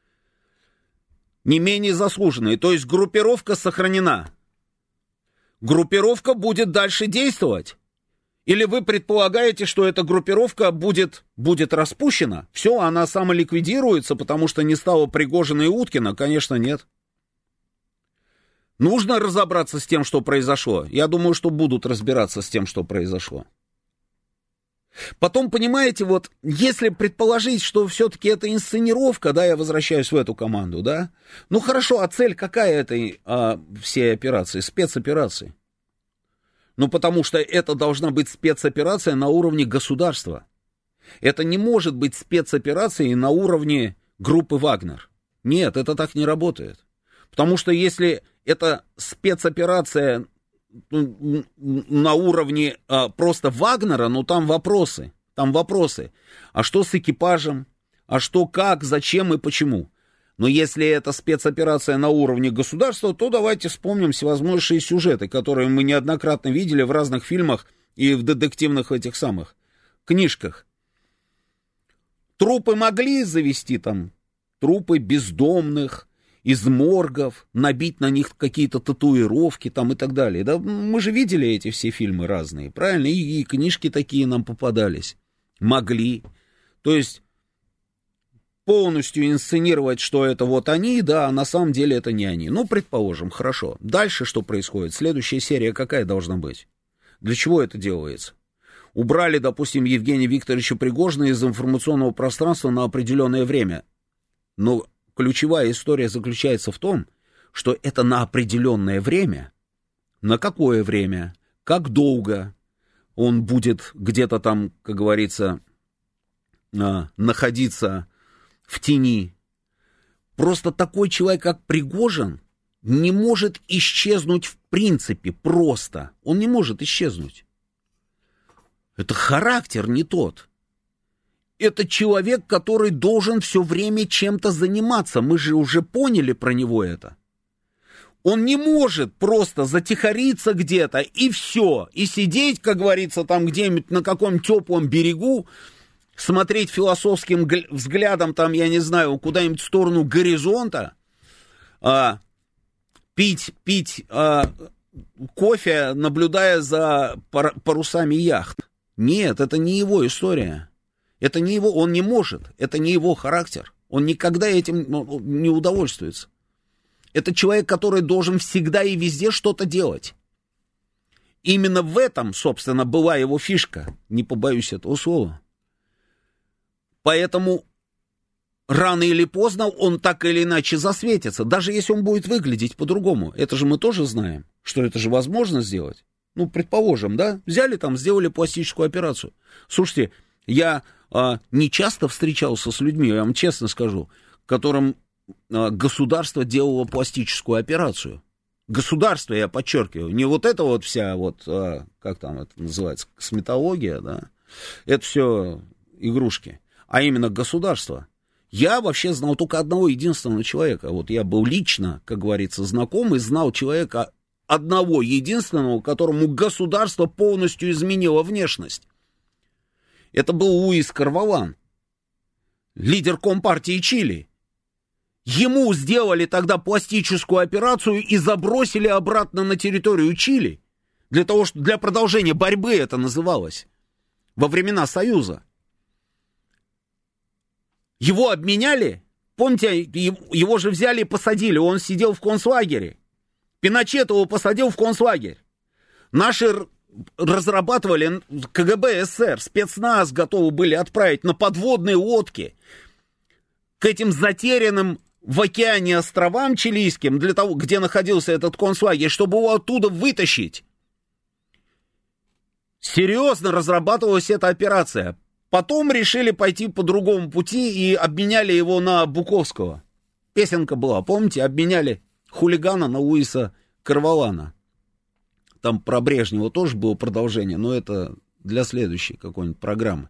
Не менее заслуженные. То есть группировка сохранена. Группировка будет дальше действовать. Или вы предполагаете, что эта группировка будет распущена? Все, она самоликвидируется, потому что не стало Пригожина и Уткина? Конечно, нет. Нужно разобраться с тем, что произошло. Я думаю, что будут разбираться с тем, что произошло. Потом, понимаете, вот, если предположить, что все-таки это инсценировка, да, я возвращаюсь в эту команду, да, ну хорошо, а цель какая этой всей операции, спецоперации? Ну, потому что это должна быть спецоперация на уровне государства. Это не может быть спецоперацией на уровне группы «Вагнер». Нет, это так не работает. Потому что если это спецоперация на уровне просто Вагнера, ну там вопросы. А что с экипажем? А что, как, зачем и почему? Но если это спецоперация на уровне государства, то давайте вспомним всевозможные сюжеты, которые мы неоднократно видели в разных фильмах и в детективных этих самых книжках. Трупы могли завести там, трупы бездомных, из моргов, набить на них какие-то татуировки там и так далее. Да, мы же видели эти все фильмы разные, правильно? И книжки такие нам попадались. Могли. То есть полностью инсценировать, что это вот они, да, а на самом деле это не они. Ну, предположим, хорошо. Дальше что происходит? Следующая серия какая должна быть? Для чего это делается? Убрали, допустим, Евгения Викторовича Пригожина из информационного пространства на определенное время. Но ключевая история заключается в том, что это на определенное время. На какое время? Как долго он будет где-то там, как говорится, находиться в тени? Просто такой человек, как Пригожин, не может исчезнуть в принципе, просто. Он не может исчезнуть. Это характер не тот. Это человек, который должен все время чем-то заниматься. Мы же уже поняли про него это. Он не может просто затихариться где-то и все. И сидеть, как говорится, там где-нибудь на каком-нибудь теплом берегу, смотреть философским взглядом, там, я не знаю, куда-нибудь в сторону горизонта, пить кофе, наблюдая за парусами яхт. Нет, это не его история. Это не его, он не может, это не его характер. Он никогда этим не удовольствуется. Это человек, который должен всегда и везде что-то делать. Именно в этом, собственно, была его фишка. Не побоюсь этого слова. Поэтому рано или поздно он так или иначе засветится. Даже если он будет выглядеть по-другому. Это же мы тоже знаем, что это же возможно сделать. Ну, предположим, да? Взяли там, сделали пластическую операцию. Слушайте, я не часто встречался с людьми, я вам честно скажу, которым государство делало пластическую операцию. Государство, я подчеркиваю, не вот это вот вся вот, как там это называется, косметология, да, это все игрушки, а именно государство. Я вообще знал только одного единственного человека, вот я был лично, как говорится, знаком и знал человека одного единственного, которому государство полностью изменило внешность. Это был Луис Карвалан, лидер Компартии Чили. Ему сделали тогда пластическую операцию и забросили обратно на территорию Чили. Для продолжения борьбы это называлось. Во времена Союза. Его обменяли. Помните, его же взяли и посадили. Он сидел в концлагере. Пиночет его посадил в концлагерь. Наши разрабатывали, КГБ СССР, спецназ готовы были отправить на подводные лодки к этим затерянным в океане островам чилийским, для того, где находился этот концлагерь, чтобы его оттуда вытащить. Серьезно разрабатывалась эта операция. Потом решили пойти по другому пути и обменяли его на Буковского. Песенка была, помните, обменяли хулигана на Луиса Корвалана. Там про Брежнева тоже было продолжение, но это для следующей какой-нибудь программы.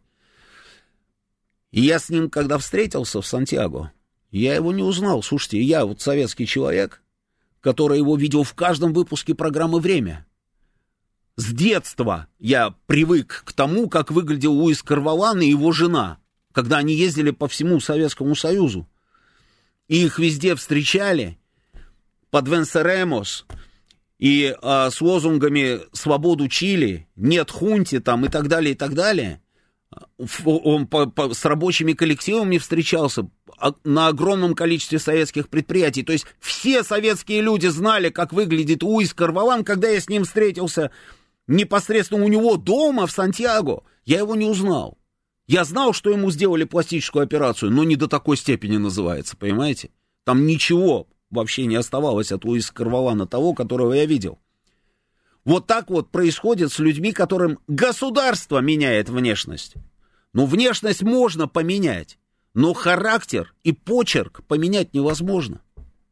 И я с ним, когда встретился в Сантьяго, я его не узнал. Слушайте, я вот советский человек, который его видел в каждом выпуске программы «Время». С детства я привык к тому, как выглядел Луис Корвалан и его жена, когда они ездили по всему Советскому Союзу. И их везде встречали под Венсеремос и с лозунгами «Свободу Чили», «Нет хунте» там, и так далее, и так далее. Он с рабочими коллективами встречался на огромном количестве советских предприятий. То есть все советские люди знали, как выглядит Луис Корвалан, когда я с ним встретился непосредственно у него дома в Сантьяго. Я его не узнал. Я знал, что ему сделали пластическую операцию, но не до такой степени называется, понимаете? Там ничего вообще не оставалось от Луиса Корвалана, того, которого я видел. Вот так вот происходит с людьми, которым государство меняет внешность. Ну, внешность можно поменять, но характер и почерк поменять невозможно.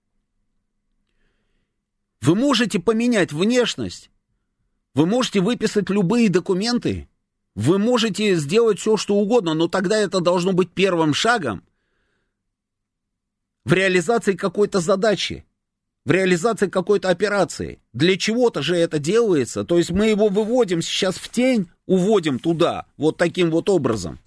Вы можете поменять внешность, вы можете выписать любые документы, вы можете сделать все, что угодно, но тогда это должно быть первым шагом в реализации какой-то задачи, в реализации какой-то операции. Для чего-то же это делается. То есть мы его выводим сейчас в тень, уводим туда, вот таким вот образом.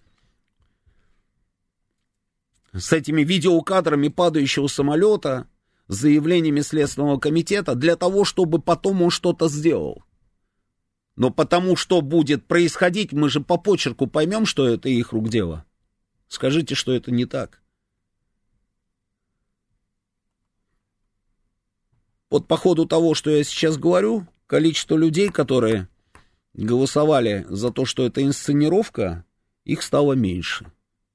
С этими видеокадрами падающего самолета, с заявлениями Следственного комитета, для того, чтобы потом он что-то сделал. Но потому что будет происходить, мы же по почерку поймем, что это их рук дело. Скажите, что это не так. Вот по ходу того, что я сейчас говорю, количество людей, которые голосовали за то, что это инсценировка, их стало меньше.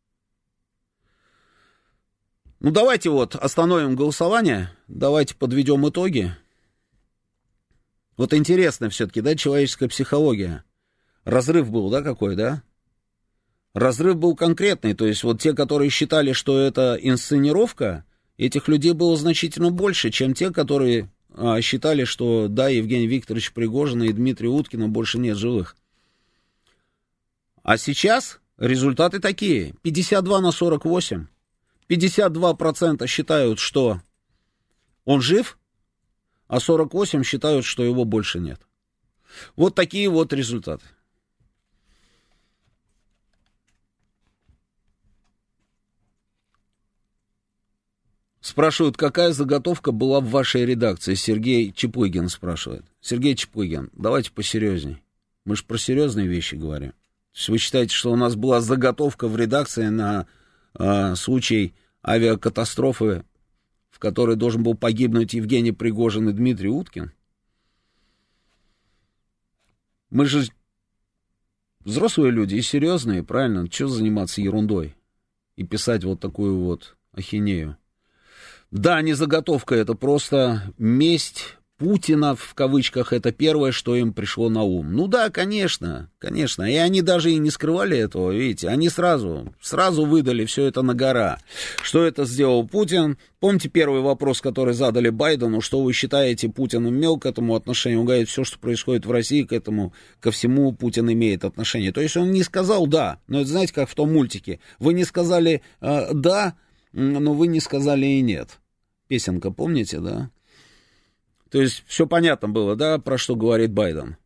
Ну, давайте вот остановим голосование, давайте подведем итоги. Вот интересно все-таки, да, человеческая психология. Разрыв был, да, какой, да? Разрыв был конкретный, то есть вот те, которые считали, что это инсценировка, этих людей было значительно больше, чем те, которые считали, что да, Евгений Викторович Пригожин и Дмитрия Уткина больше нет живых. А сейчас результаты такие, 52-48. 52% считают, что он жив, а 48% считают, что его больше нет. Вот такие вот результаты. Спрашивают, какая заготовка была в вашей редакции? Сергей Чепыгин спрашивает. Сергей Чепыгин, давайте посерьезней. Мы же про серьезные вещи говорим. То есть вы считаете, что у нас была заготовка в редакции на случай авиакатастрофы, в которой должен был погибнуть Евгений Пригожин и Дмитрий Уткин? Мы же взрослые люди и серьезные, правильно? Чего заниматься ерундой и писать вот такую вот ахинею? Да, не заготовка, это просто месть Путина, в кавычках, это первое, что им пришло на ум. Ну да, конечно, конечно. И они даже и не скрывали этого, видите. Они сразу выдали все это на гора. Что это сделал Путин? Помните первый вопрос, который задали Байдену, что вы считаете, Путин имел к этому отношение? Он говорит, все, что происходит в России, ко всему Путин имеет отношение. То есть он не сказал «да», но это знаете, как в том мультике. Вы не сказали «да», но вы не сказали и «нет». Песенка, помните, да? То есть все понятно было, да, про что говорит Байден.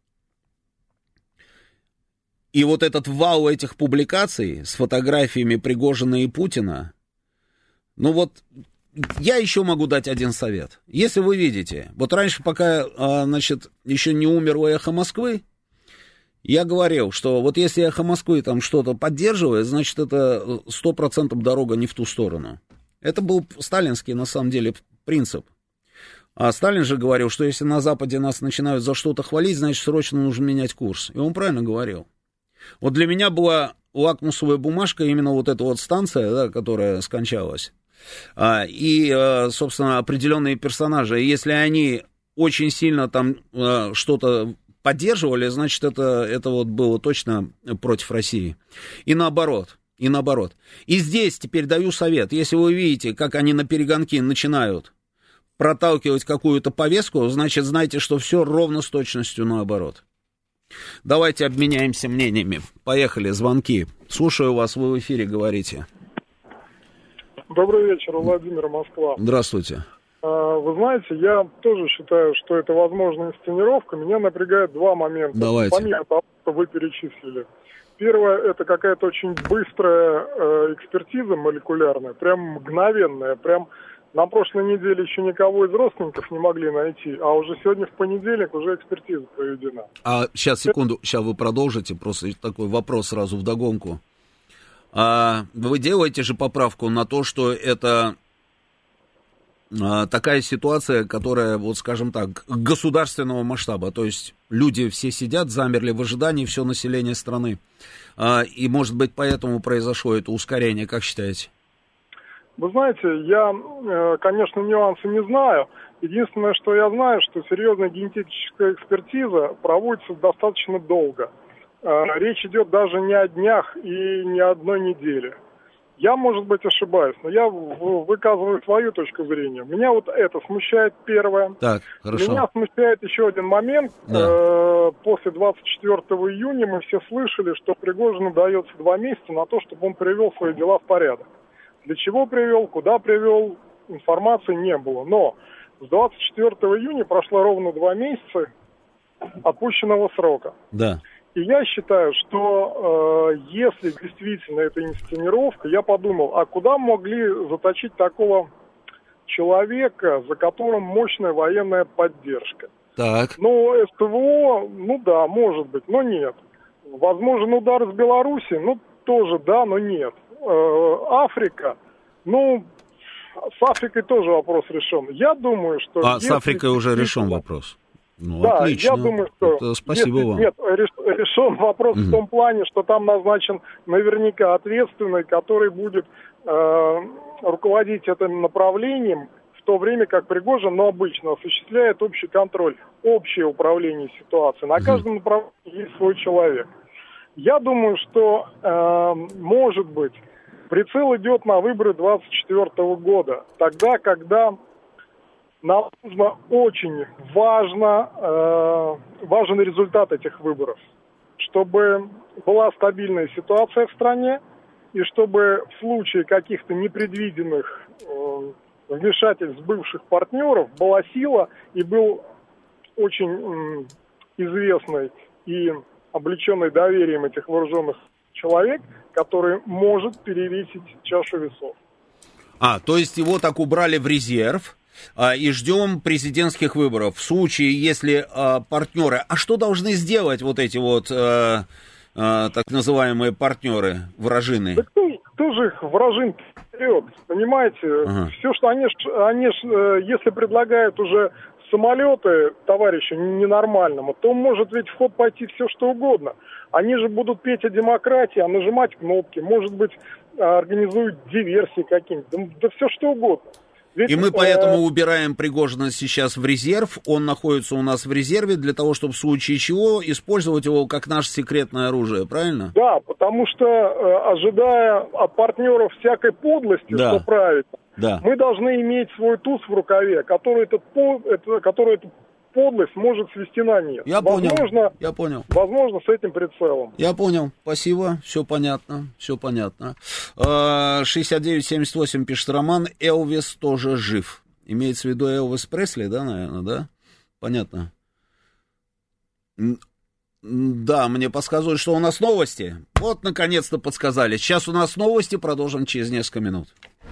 И вот этот вал этих публикаций с фотографиями Пригожина и Путина, ну вот, я еще могу дать один совет. Если вы видите, вот раньше, пока, значит, еще не умерло «Эхо Москвы», я говорил, что вот если «Эхо Москвы» там что-то поддерживает, значит, это 100% дорога не в ту сторону. Это был сталинский, на самом деле, принцип. А Сталин же говорил, что если на Западе нас начинают за что-то хвалить, значит, срочно нужно менять курс. И он правильно говорил. Вот для меня была лакмусовая бумажка именно вот эта вот станция, да, которая скончалась. И, собственно, определенные персонажи. И если они очень сильно там что-то поддерживали, значит, это вот было точно против России. И наоборот. И здесь теперь даю совет. Если вы видите, как они на перегонки начинают проталкивать какую-то повестку, значит, знайте, что все ровно с точностью наоборот. Давайте обменяемся мнениями. Поехали, звонки. Слушаю вас, вы в эфире, говорите. Добрый вечер, Владимир, Москва. Здравствуйте. Вы знаете, я тоже считаю, что это возможная инсценировка. Меня напрягает два момента. Давайте. Помимо того, что вы перечислили. Первое, это какая-то очень быстрая экспертиза молекулярная, прям мгновенная. Прям на прошлой неделе еще никого из родственников не могли найти, а уже сегодня в понедельник уже экспертиза проведена. А сейчас, секунду, сейчас вы продолжите, просто такой вопрос сразу вдогонку. Вы делаете же поправку на то, что это такая ситуация, которая, вот скажем так, государственного масштаба, то есть люди все сидят, замерли в ожидании, все население страны, и, может быть, поэтому произошло это ускорение, как считаете? Вы знаете, я, конечно, нюансы не знаю. Единственное, что я знаю, что серьезная генетическая экспертиза проводится достаточно долго. Речь идет даже не о днях и не о одной неделе. Я, может быть, ошибаюсь, но я выказываю свою точку зрения. Меня вот это смущает первое. Так, хорошо. Меня смущает еще один момент. Да. После 24 июня мы все слышали, что Пригожину дается 2 месяца на то, чтобы он привел свои дела в порядок. Для чего привел, куда привел, информации не было. Но с 24 июня прошло ровно 2 месяца отпущенного срока. Да. И я считаю, что если действительно это инсценировка, я подумал, а куда могли заточить такого человека, за которым мощная военная поддержка? Так. Ну, СВО, ну да, может быть, но нет. Возможен удар с Беларуси, ну тоже да, но нет. Африка, ну, с Африкой тоже вопрос решен. Я думаю, что... с Африкой уже решен вопрос. Ну, да, отлично. Я думаю, что... Это спасибо вам. Нет, решен вопрос в том плане, что там назначен наверняка ответственный, который будет руководить этим направлением, в то время как Пригожин, но обычно осуществляет общий контроль, общее управление ситуацией. На каждом направлении есть свой человек. Я думаю, что, может быть, прицел идет на выборы 2024 года, тогда, когда нам нужно очень важен результат этих выборов, чтобы была стабильная ситуация в стране, и чтобы в случае каких-то непредвиденных вмешательств бывших партнеров была сила и был очень известный и облеченный доверием этих вооруженных человек, который может перевесить чашу весов. То есть его так убрали в резерв, и ждем президентских выборов. В случае, если партнеры... А что должны сделать вот эти вот так называемые партнеры, вражины? Да кто же их вражин вперед, понимаете? Все, что они если предлагают уже самолеты товарищу ненормальному, то может ведь в ход пойти все, что угодно. Они же будут петь о демократии, нажимать кнопки, может быть, организуют диверсии какие-нибудь, да все, что угодно. Ведь, и мы поэтому убираем Пригожина сейчас в резерв, он находится у нас в резерве для того, чтобы в случае чего использовать его как наше секретное оружие, правильно? Да, потому что, ожидая от партнеров всякой подлости, да. Что правильно, да. Мы должны иметь свой туз в рукаве, который эту подлость может свести на нет. Я понял. Возможно, с этим прицелом. Я понял. Спасибо. Все понятно. 6978 пишет Роман. Элвис тоже жив. Имеется в виду Элвис Пресли, да, наверное, да? Понятно. Да, мне подсказывают, что у нас новости. Вот, наконец-то подсказали. Сейчас у нас новости, продолжим через несколько минут.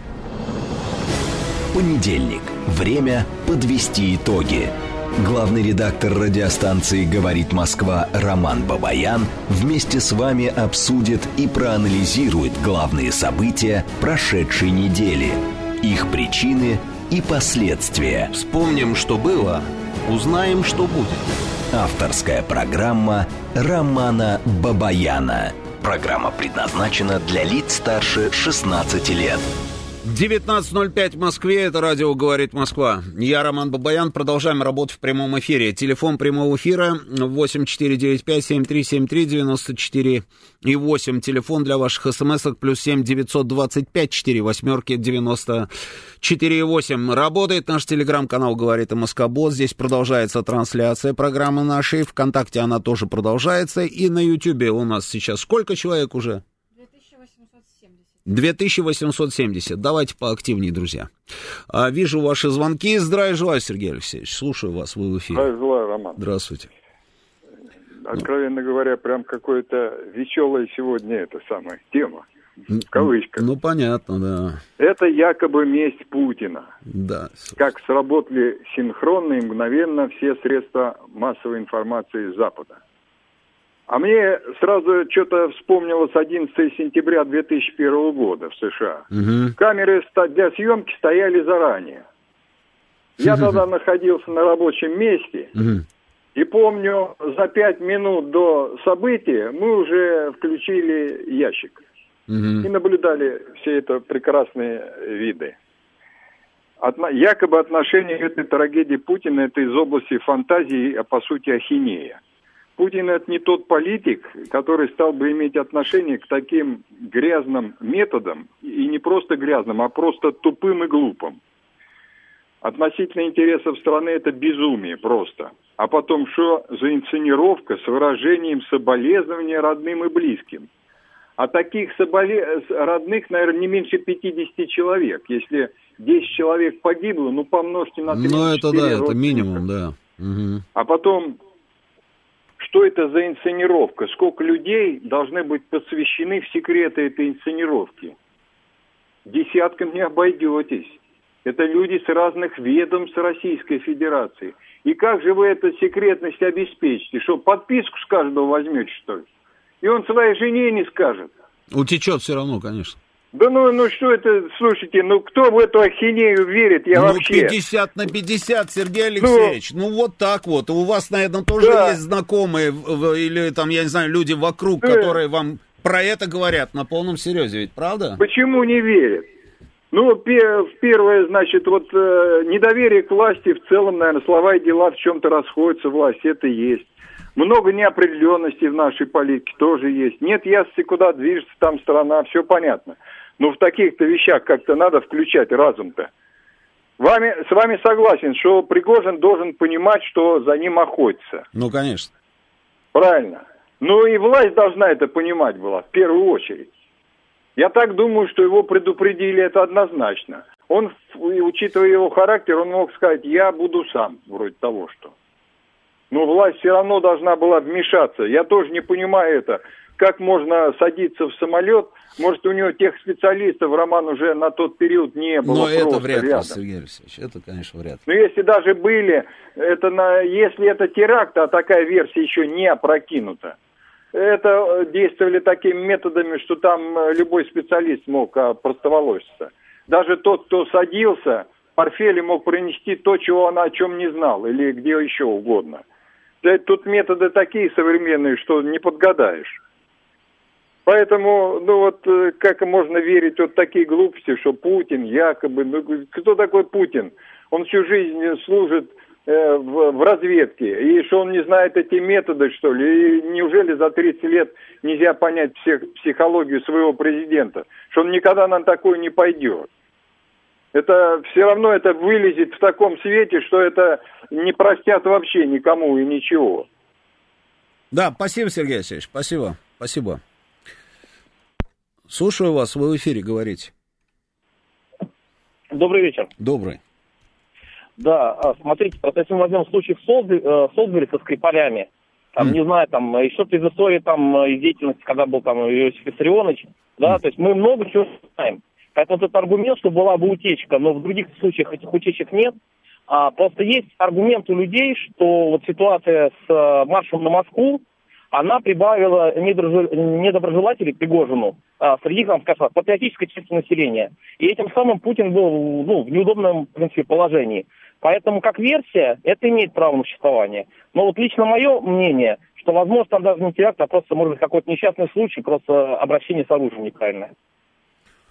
Понедельник. Время подвести итоги. Главный редактор радиостанции «Говорит Москва» Роман Бабаян вместе с вами обсудит и проанализирует главные события прошедшей недели, их причины и последствия. Вспомним, что было, узнаем, что будет. Авторская программа Романа Бабаяна. Программа предназначена для лиц старше 16 лет. 19:05 в Москве, это радио «Говорит Москва». Я Роман Бабаян, продолжаем работу в прямом эфире. Телефон прямого эфира 8495-7373-94 и 8. Телефон для ваших смс-ок +7 925 4 восьмерки 94 8. Работает наш телеграм-канал «Говорит МСК-бот». Здесь продолжается трансляция программы нашей. ВКонтакте она тоже продолжается. И на Ютьюбе у нас сейчас сколько человек уже? 2870. Давайте поактивнее, друзья. Вижу ваши звонки. Здравия желаю, Сергей Алексеевич. Слушаю вас, вы в эфире. Здравия желаю, Роман. Здравствуйте. Откровенно говоря, прям какое-то веселая сегодня эта самая тема. В кавычках. Ну, понятно, да. Это якобы месть Путина. Да. Как сработали синхронно и мгновенно все средства массовой информации Запада. А мне сразу что-то вспомнилось 11 сентября 2001 года в США. Угу. Камеры для съемки стояли заранее. Я тогда находился на рабочем месте. Угу. И помню, за 5 минут до события мы уже включили ящик. Угу. И наблюдали все это прекрасные виды. Якобы отношение к этой трагедии Путина это из области фантазии, а по сути ахинея. Путин это не тот политик, который стал бы иметь отношение к таким грязным методам, и не просто грязным, а просто тупым и глупым. Относительно интересов страны это безумие просто. А потом что за инсценировка с выражением соболезнования родным и близким? А таких родных, наверное, не меньше 50 человек. Если 10 человек погибло, ну помножьте на 3. Ну это да, это минимум, да. Угу. А потом... Что это за инсценировка? Сколько людей должны быть посвящены в секреты этой инсценировки? Десяткам не обойдетесь. Это люди с разных ведомств Российской Федерации. И как же вы эту секретность обеспечите? Что, подписку с каждого возьмете, что ли? И он своей жене не скажет. Утечет все равно, конечно. Да ну что это, слушайте, ну кто в эту ахинею верит, я вообще... 50 на 50, Сергей Алексеевич, ну вот так вот. У вас, наверное, тоже есть знакомые, или там, я не знаю, люди вокруг, которые вам про это говорят на полном серьезе, ведь правда? Почему не верят? Ну, первое, значит, вот недоверие к власти в целом, наверное, слова и дела в чем-то расходятся, власть, это есть. Много неопределенности в нашей политике тоже есть. Нет ясности, куда движется там страна, все понятно. Но в таких-то вещах как-то надо включать разум-то. С вами согласен, что Пригожин должен понимать, что за ним охотятся. Ну, конечно. Правильно. Ну и власть должна это понимать была, в первую очередь. Я так думаю, что его предупредили, это однозначно. Он, учитывая его характер, он мог сказать, я буду сам, вроде того, что. Но власть все равно должна была вмешаться. Я тоже не понимаю это. Как можно садиться в самолет? Может, у него тех специалистов, Роман, уже на тот период не было. Но это вряд ли, Сергей Алексеевич, это, конечно, вряд ли. Но если даже были, если это теракт, а такая версия еще не опрокинута, это действовали такими методами, что там любой специалист мог простоволоситься. Даже тот, кто садился, в портфеле мог принести то, чего он о чем не знал, или где еще угодно. Тут методы такие современные, что не подгадаешь. Поэтому, ну вот, как можно верить вот такие глупости, что Путин якобы... Ну, кто такой Путин? Он всю жизнь служит в разведке, и что он не знает эти методы, что ли? И неужели за 30 лет нельзя понять психологию своего президента? Что он никогда на такое не пойдет? Это все равно это вылезет в таком свете, что это не простят вообще никому и ничего. Да, спасибо, Сергей Алексеевич, спасибо, спасибо. Слушаю вас, вы в эфире говорите. Добрый вечер. Добрый. Да, смотрите, вот если мы возьмем случай в Солсбери со Скрипалями, там, не знаю, там, что-то из истории, там, из деятельности, когда был там Иосиф Виссарионович, да, то есть мы много чего знаем. Поэтому вот этот аргумент, что была бы утечка, но в других случаях этих утечек нет. Просто есть аргумент у людей, что вот ситуация с маршем на Москву, она прибавила недоброжелателей Пригожину среди, там, скажем, патриотической части населения. И этим самым Путин был, ну, в неудобном, в принципе, положении. Поэтому, как версия, это имеет право на существование. Но вот лично мое мнение, что, возможно, там даже не теракт, а просто, может быть, какой-то несчастный случай, просто обращение с оружием неправильное.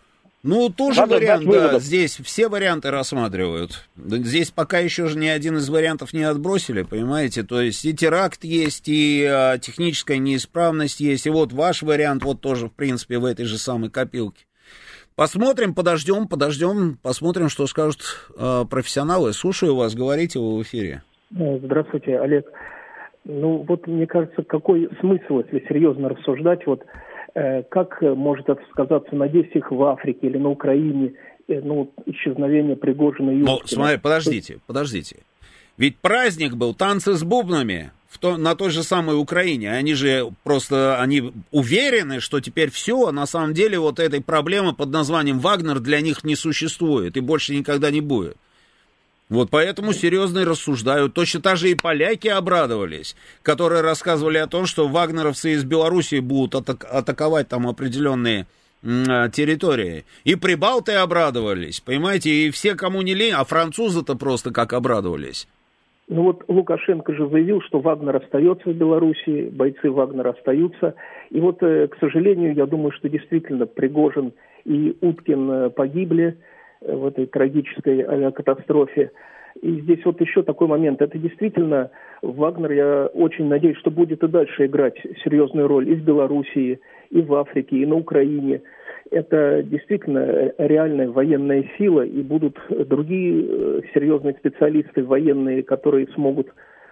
Ну, тоже Надо вариант, дать да, выводов. здесь все варианты рассматривают. Здесь пока еще же ни один из вариантов не отбросили, понимаете? То есть и теракт есть, и техническая неисправность есть, и вот ваш вариант вот тоже, в принципе, в этой же самой копилке. Посмотрим, подождем, посмотрим, что скажут профессионалы. Слушаю вас, говорите, вы в эфире. Здравствуйте, Олег. Ну, вот мне кажется, какой смысл, если серьезно рассуждать, вот как может это сказаться на действиях в Африке или на Украине, ну, исчезновение Пригожина и Уткина? Ну, смотри, подождите. Ведь праздник был, танцы с бубнами на той же самой Украине. Они же просто, они уверены, что теперь все, а на самом деле вот этой проблемы под названием Вагнер для них не существует и больше никогда не будет. Вот поэтому серьезно и рассуждают. Точно так же и поляки обрадовались, которые рассказывали о том, что вагнеровцы из Белоруссии будут атаковать там определенные территории. И прибалты обрадовались, понимаете, и все, кому не лень, а французы-то просто как обрадовались. Ну вот Лукашенко же заявил, что Вагнер остается в Белоруссии, бойцы Вагнера остаются. И вот, к сожалению, я думаю, что действительно Пригожин и Уткин погибли в этой трагической авиакатастрофе. И здесь вот еще такой момент. Это действительно Вагнер, я очень надеюсь, что будет и дальше играть серьезную роль и в Белоруссии, и в Африке, и на Украине. Это действительно реальная военная сила, и будут другие серьезные специалисты военные, которые смогут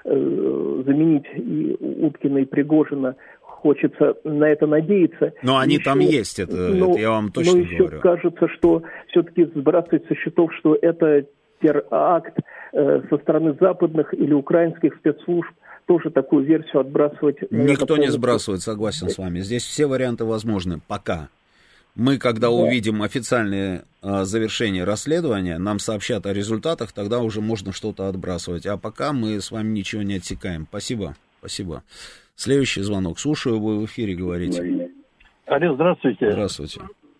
заменить и Уткина, и Пригожина. Хочется на это надеяться. Но они еще, там есть, это я вам точно говорю. Но еще кажется, что все-таки сбрасывать со счетов, что это теракт со стороны западных или украинских спецслужб, тоже такую версию отбрасывать. Никто не сбрасывает, согласен с вами. Здесь все варианты возможны пока. Мы, когда увидим официальное завершение расследования, нам сообщат о результатах, тогда уже можно что-то отбрасывать. А пока мы с вами ничего не отсекаем. Спасибо. Следующий звонок. Слушаю, вы в эфире говорите. Алло, здравствуйте. Здравствуйте.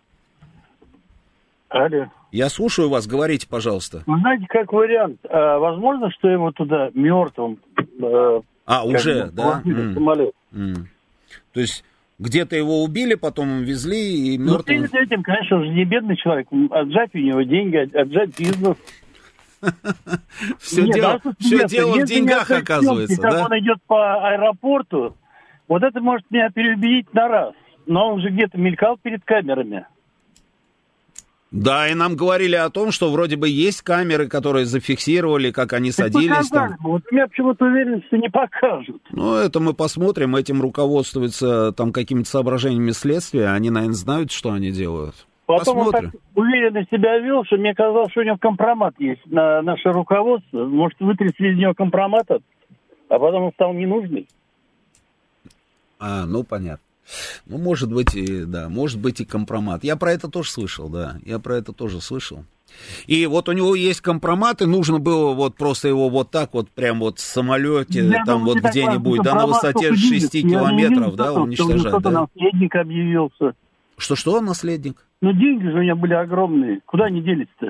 Алло. Я слушаю вас, говорите, пожалуйста. Вы знаете, как вариант, возможно, что его туда мертвым... уже, да? Самолет. То есть где-то его убили, потом везли и мертвым... Ну, перед этим, конечно, уже не бедный человек. Отжать у него деньги, отжать бизнес. Все дело в деньгах, оказывается, да? Он идет по аэропорту, вот это может меня переубедить на раз. Но он же где-то мелькал перед камерами. Да, и нам говорили о том, что вроде бы есть камеры, которые зафиксировали, как они садились там. Вот у меня почему-то уверенность, что не покажут. Ну, это мы посмотрим, этим руководствуются там какими-то соображениями следствия, они, наверное, знают, что они делают. Потом посмотрим. Он так уверенно себя вел, что мне казалось, что у него компромат есть на наше руководство. Может, вытрясли из него компромат, а потом он стал ненужный. Ну, понятно. Ну, может быть, и компромат. Я про это тоже слышал, да. И вот у него есть компромат, и нужно было вот просто его вот так вот, прям вот в самолете, там вот где-нибудь, да, на высоте 6 километров, да, уничтожать, да. Кто-то наследник объявился. Что, наследник? Ну, деньги же у меня были огромные. Куда они делись-то?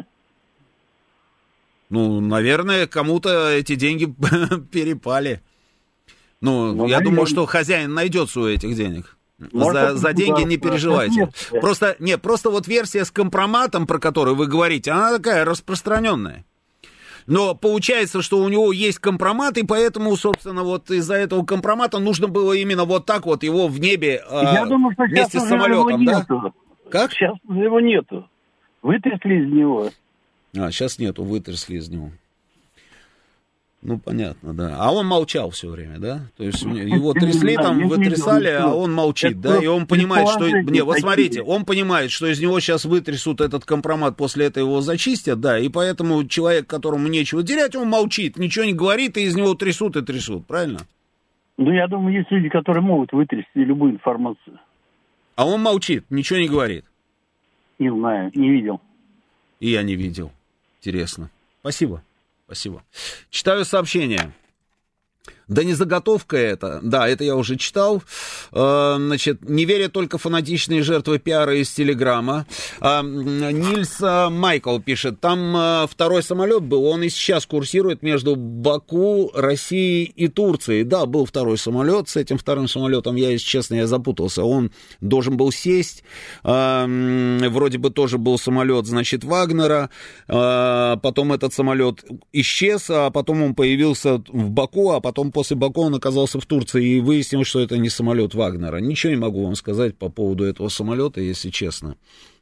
Ну, наверное, кому-то эти деньги перепали. Ну, я думаю, что хозяин найдется у этих денег. За деньги не переживайте. Просто вот версия с компроматом, про которую вы говорите, она такая распространенная. Но получается, что у него есть компромат, и поэтому, собственно, вот из-за этого компромата нужно было именно вот так вот его в небе вместе с самолетом, да? Как? Сейчас его нету. Вытрясли из него. Сейчас нету, вытрясли из него. Ну, понятно, да. А он молчал все время, да? То есть его трясли там, вытрясали, а он молчит, да? И он понимает, что... вот смотрите, он понимает, что из него сейчас вытрясут этот компромат, после этого его зачистят, да, и поэтому человек, которому нечего терять, он молчит, ничего не говорит, и из него трясут, правильно? Ну, я думаю, есть люди, которые могут вытрясти любую информацию. А он молчит, ничего не говорит? Не знаю, не видел. И я не видел. Интересно. Спасибо. Читаю сообщение. Да не заготовка это. Да, это я уже читал. Значит, не веря только фанатичные жертвы пиара из Телеграма. Нильс Майкл пишет, там второй самолет был, он и сейчас курсирует между Баку, Россией и Турцией. Да, был второй самолет, с этим вторым самолетом я, если честно, я запутался. Он должен был сесть, вроде бы тоже был самолет, значит, Вагнера, потом этот самолет исчез, а потом он появился в Баку, а потом после Баку он оказался в Турции, и выяснилось, что это не самолет Вагнера. Ничего не могу вам сказать по поводу этого самолета, если честно.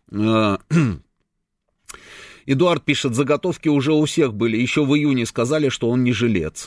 Эдуард пишет, заготовки уже у всех были. Еще в июне сказали, что он не жилец.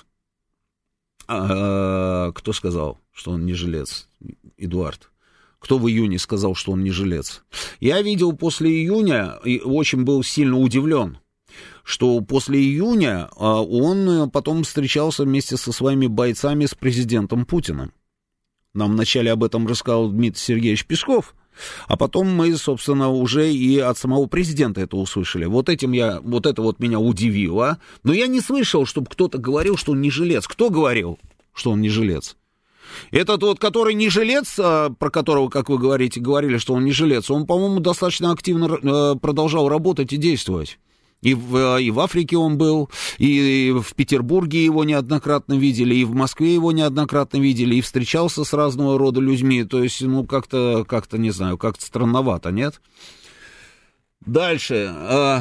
Кто сказал, что он не жилец? Эдуард. Кто в июне сказал, что он не жилец? Я видел после июня и очень был сильно удивлен, что после июня он потом встречался вместе со своими бойцами с президентом Путиным. Нам вначале об этом рассказал Дмитрий Сергеевич Песков, а потом мы, собственно, уже и от самого президента это услышали. Вот это меня удивило. Но я не слышал, чтобы кто-то говорил, что он не жилец. Кто говорил, что он не жилец? Этот вот, который не жилец, про которого, как вы говорите, говорили, что он не жилец, он, по-моему, достаточно активно продолжал работать и действовать. И в Африке он был, и в Петербурге его неоднократно видели, и в Москве его неоднократно видели, и встречался с разного рода людьми. То есть, как-то не знаю, как-то странновато, нет? Дальше.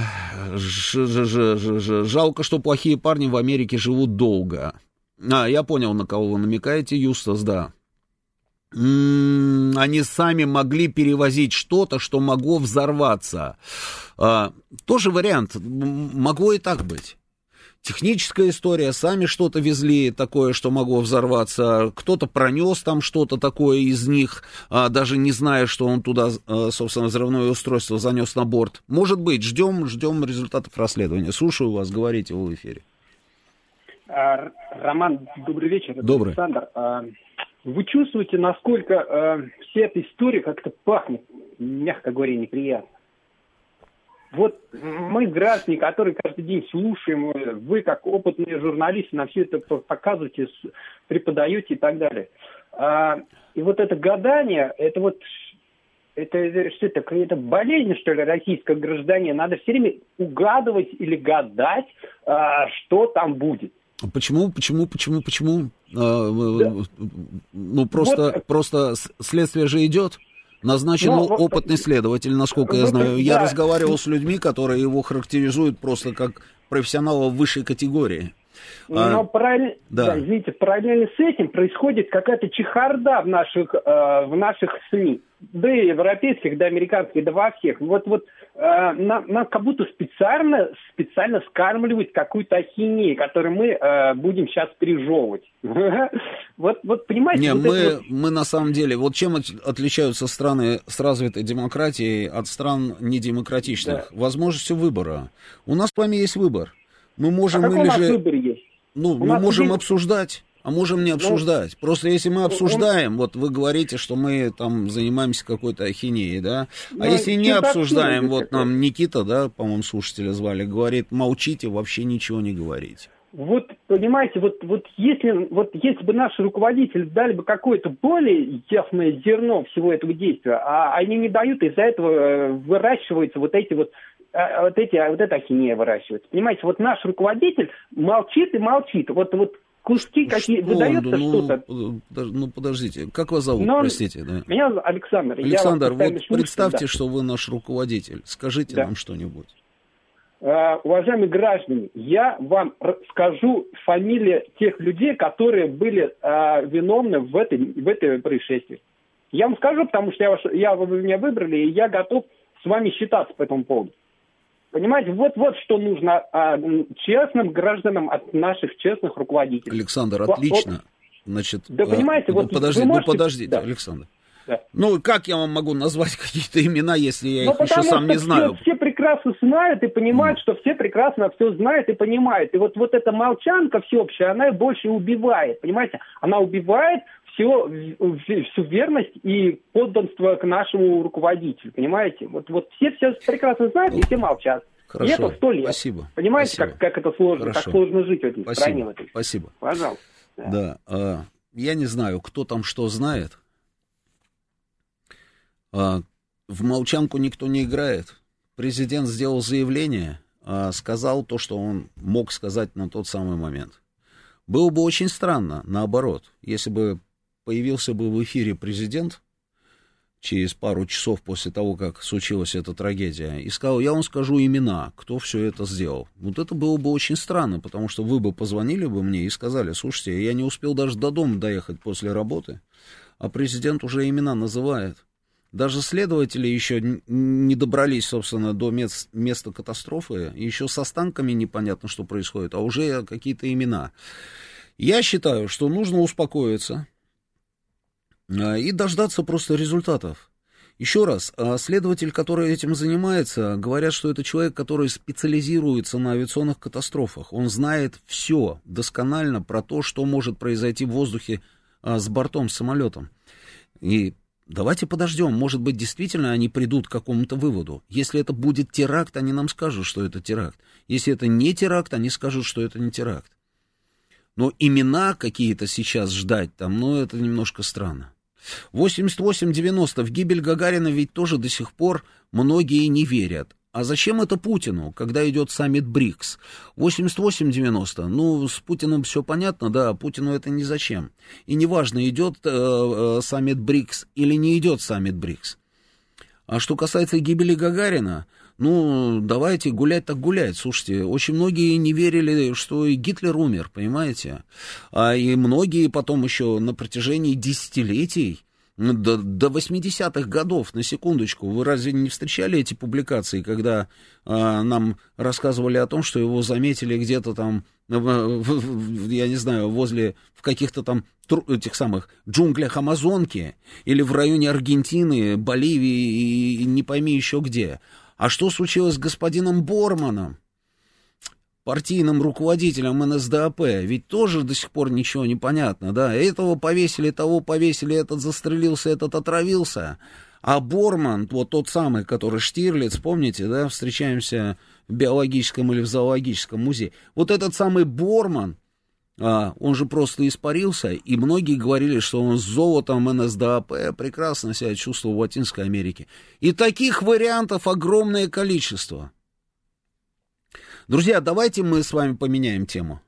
Жалко, что плохие парни в Америке живут долго. Я понял, на кого вы намекаете, Юстас, да. Они сами могли перевозить что-то, что могло взорваться. Тоже вариант, могло и так быть. Техническая история, сами что-то везли такое, что могло взорваться. Кто-то пронес там что-то такое из них, даже не зная, что он туда, собственно, взрывное устройство занес на борт. Может быть, ждем результатов расследования. Слушаю вас, говорите в эфире. Роман, добрый вечер. Добрый. Александр. Вы чувствуете, насколько вся эта история как-то пахнет, мягко говоря, неприятно? Вот мы, граждане, которые каждый день слушаем, вы, как опытные журналисты, нам все это показываете, преподаете и так далее. И вот это гадание, это что такое, это болезнь, что ли, российского гражданина? Надо все время угадывать или гадать, что там будет. Почему? Да. Просто следствие же идет. Назначен опытный следователь, насколько я знаю. Я разговаривал с людьми, которые его характеризуют просто как профессионала высшей категории. Но извините, параллельно с этим происходит какая-то чехарда в наших СМИ. Да и европейских, да американских, да во всех. Нам как будто специально скармливают какую-то ахинею, которую мы будем сейчас пережевывать. Вот понимаете? Мы на самом деле, вот чем отличаются страны с развитой демократией от стран недемократичных? Да. Возможностью выбора. У нас с вами есть выбор. Мы можем выбор есть? Мы можем обсуждать. А можем не обсуждать. Просто если мы обсуждаем, вот вы говорите, что мы там занимаемся какой-то ахинеей, да? А если не обсуждаем, вот нам Никита, да, по-моему, слушателя звали, говорит, молчите, вообще ничего не говорите. Вот, понимаете, если бы наши руководители дали бы какое-то более ясное зерно всего этого действия, а они не дают, из-за этого выращиваются вот эта ахинея выращивается. Понимаете, вот наш руководитель молчит и молчит. Вот куски какие выдается что-то. Подождите, как вас зовут, простите? Да. Меня зовут Александр. Александр, вот представьте, что вы наш руководитель. Скажите нам что-нибудь. Уважаемые граждане, я вам скажу фамилии тех людей, которые были виновны в этой происшествии. Я вам скажу, потому что вы меня выбрали, и я готов с вами считаться по этому поводу. Понимаете, вот что нужно честным гражданам от наших честных руководителей. Александр, отлично. Значит, да понимаете, подождите, да. Александр. Да. Как я вам могу назвать какие-то имена, если я их еще сам не знаю? Все прекрасно знают и понимают, что все прекрасно все знают и понимают. И вот эта молчанка всеобщая, она больше убивает, понимаете? Она убивает всю верность и подданство к нашему руководителю, понимаете? Вот все прекрасно знают и все молчат. Хорошо. И это 100 лет. Спасибо. Понимаете, Спасибо. Как это сложно, как сложно жить в этой стране. Спасибо. Пожалуйста. Да, я не знаю, кто там что знает. В молчанку никто не играет. Президент сделал заявление, сказал то, что он мог сказать на тот самый момент. Было бы очень странно, наоборот, если бы появился бы в эфире президент через пару часов после того, как случилась эта трагедия, и сказал, я вам скажу имена, кто все это сделал. Вот это было бы очень странно, потому что вы бы позвонили бы мне и сказали, слушайте, я не успел даже до дома доехать после работы, а президент уже имена называет. Даже следователи еще не добрались, собственно, до места катастрофы, еще с останками непонятно, что происходит, а уже какие-то имена. Я считаю, что нужно успокоиться и дождаться просто результатов. Еще раз, следователь, который этим занимается, говорят, что это человек, который специализируется на авиационных катастрофах. Он знает все досконально про то, что может произойти в воздухе с бортом, с самолетом. И давайте подождем, может быть, действительно они придут к какому-то выводу. Если это будет теракт, они нам скажут, что это теракт. Если это не теракт, они скажут, что это не теракт. Но имена какие-то сейчас ждать там, это немножко странно. 88-90, в гибель Гагарина ведь тоже до сих пор многие не верят. А зачем это Путину, когда идет саммит БРИКС? 88-90, с Путиным все понятно, да, Путину это не зачем. И неважно, идет саммит БРИКС или не идет саммит БРИКС. А что касается гибели Гагарина, давайте гулять так гулять. Слушайте, очень многие не верили, что и Гитлер умер, понимаете? И многие потом еще на протяжении десятилетий, до 80-х годов, на секундочку, вы разве не встречали эти публикации, когда нам рассказывали о том, что его заметили где-то там, я не знаю, в каких-то там этих самых джунглях Амазонки или в районе Аргентины, Боливии и не пойми еще где. А что случилось с господином Борманом, партийным руководителем НСДАП? Ведь тоже до сих пор ничего не понятно, да? Этого повесили, того повесили, этот застрелился, этот отравился. А Борман, вот тот самый, который Штирлиц, помните, да, встречаемся в биологическом или в зоологическом музее. Вот этот самый Борман, он же просто испарился, и многие говорили, что он с золотом НСДАП прекрасно себя чувствовал в Латинской Америке. И таких вариантов огромное количество. Друзья, давайте мы с вами поменяем тему.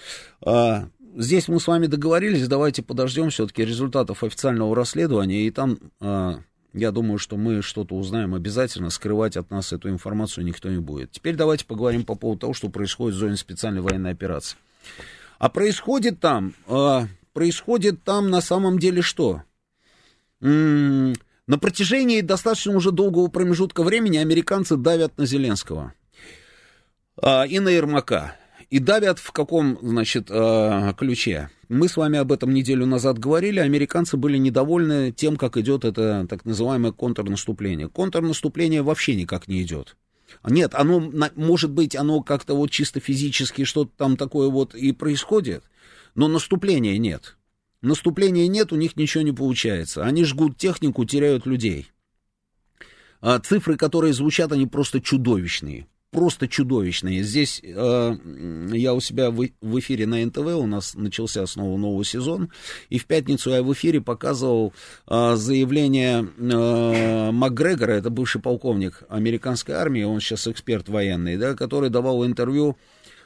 Здесь мы с вами договорились, давайте подождем все-таки результатов официального расследования, и там, я думаю, что мы что-то узнаем обязательно, скрывать от нас эту информацию никто не будет. Теперь давайте поговорим по поводу того, что происходит в зоне специальной военной операции. А происходит там на самом деле что? На протяжении достаточно уже долгого промежутка времени американцы давят на Зеленского и на Ермака. И давят в каком, ключе? Мы с вами об этом неделю назад говорили, американцы были недовольны тем, как идет это так называемое контрнаступление. Контрнаступление вообще никак не идет. Нет, оно, может быть, оно как-то вот чисто физически что-то там такое вот и происходит, но наступления нет. Наступления нет, у них ничего не получается. Они жгут технику, теряют людей. Цифры, которые звучат, они просто чудовищные. Просто чудовищные. Здесь я у себя в эфире на НТВ, у нас начался снова новый сезон, и в пятницу я в эфире показывал заявление Макгрегора, это бывший полковник американской армии, он сейчас эксперт военный, да, который давал интервью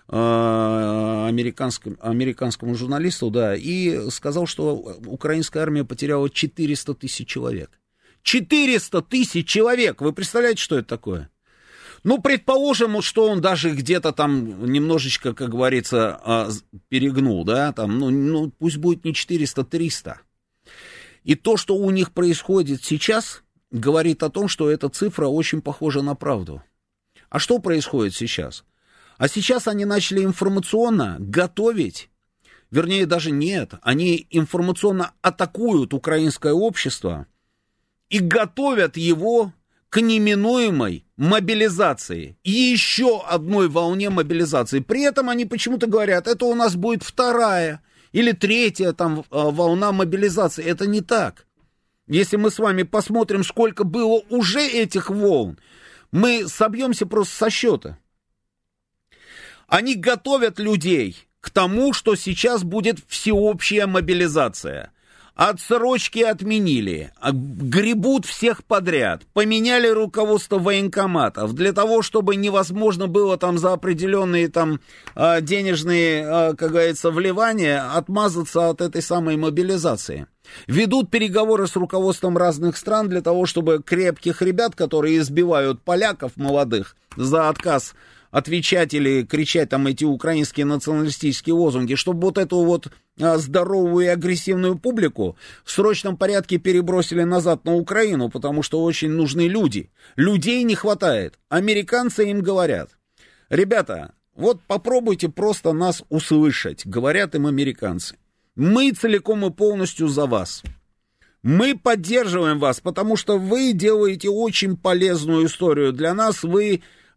американскому журналисту, да, и сказал, что украинская армия потеряла 400 тысяч человек. 400 тысяч человек! Вы представляете, что это такое? Предположим, что он даже где-то там немножечко, как говорится, перегнул, да, там, пусть будет не 400, 300. И то, что у них происходит сейчас, говорит о том, что эта цифра очень похожа на правду. А что происходит сейчас? А сейчас они начали информационно готовить, вернее, даже нет, они информационно атакуют украинское общество и готовят его к неминуемой мобилизации и еще одной волне мобилизации. При этом они почему-то говорят, это у нас будет вторая или третья там волна мобилизации. Это не так. Если мы с вами посмотрим, сколько было уже этих волн, мы собьемся просто со счета. Они готовят людей к тому, что сейчас будет всеобщая мобилизация. Отсрочки отменили, гребут всех подряд, поменяли руководство военкоматов для того, чтобы невозможно было там за определенные там денежные, как говорится, вливания отмазаться от этой самой мобилизации. Ведут переговоры с руководством разных стран для того, чтобы крепких ребят, которые избивают поляков молодых за отказ отвечать или кричать там эти украинские националистические лозунги, чтобы вот эту вот здоровую и агрессивную публику в срочном порядке перебросили назад на Украину, потому что очень нужны люди. Людей не хватает. Американцы им говорят: ребята, вот попробуйте просто нас услышать, говорят им американцы. Мы целиком и полностью за вас. Мы поддерживаем вас, потому что вы делаете очень полезную историю для нас, вы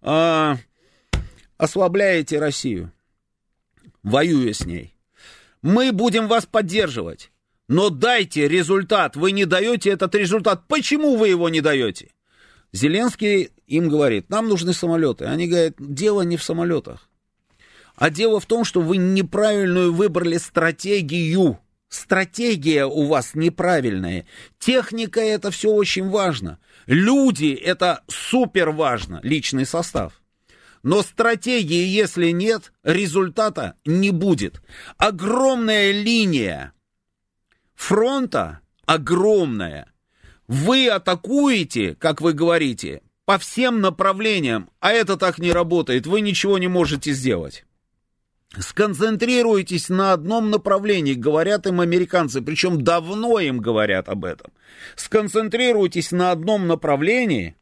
ослабляете Россию, воюя с ней. Мы будем вас поддерживать, но дайте результат. Вы не даете этот результат. Почему вы его не даете? Зеленский им говорит: нам нужны самолеты. Они говорят: дело не в самолетах, а дело в том, что вы неправильную выбрали стратегию. Стратегия у вас неправильная. Техника — это все очень важно. Люди — это супер важно, личный состав. Но стратегии, если нет, результата не будет. Огромная линия фронта, огромная. Вы атакуете, как вы говорите, по всем направлениям, а это так не работает, вы ничего не можете сделать. Сконцентрируйтесь на одном направлении, говорят им американцы, причем давно им говорят об этом. Сконцентрируйтесь на одном направлении,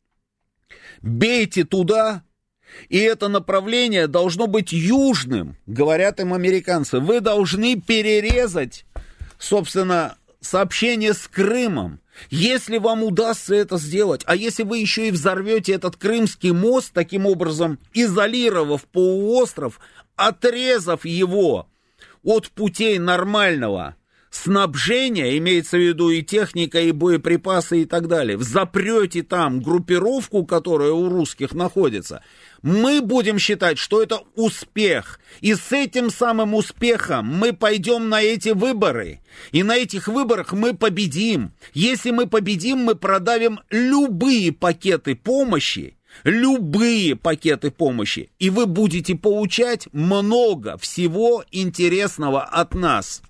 бейте туда. И это направление должно быть южным, говорят им американцы. Вы должны перерезать, собственно, сообщение с Крымом. Если вам удастся это сделать, а если вы еще и взорвете этот Крымский мост, таким образом изолировав полуостров, отрезав его от путей нормального снабжения, имеется в виду и техника, и боеприпасы и так далее, запрете там группировку, которая у русских находится, мы будем считать, что это успех. И с этим самым успехом мы пойдем на эти выборы. И на этих выборах мы победим. Если мы победим, мы продавим любые пакеты помощи. Любые пакеты помощи. И вы будете получать много всего интересного от нас.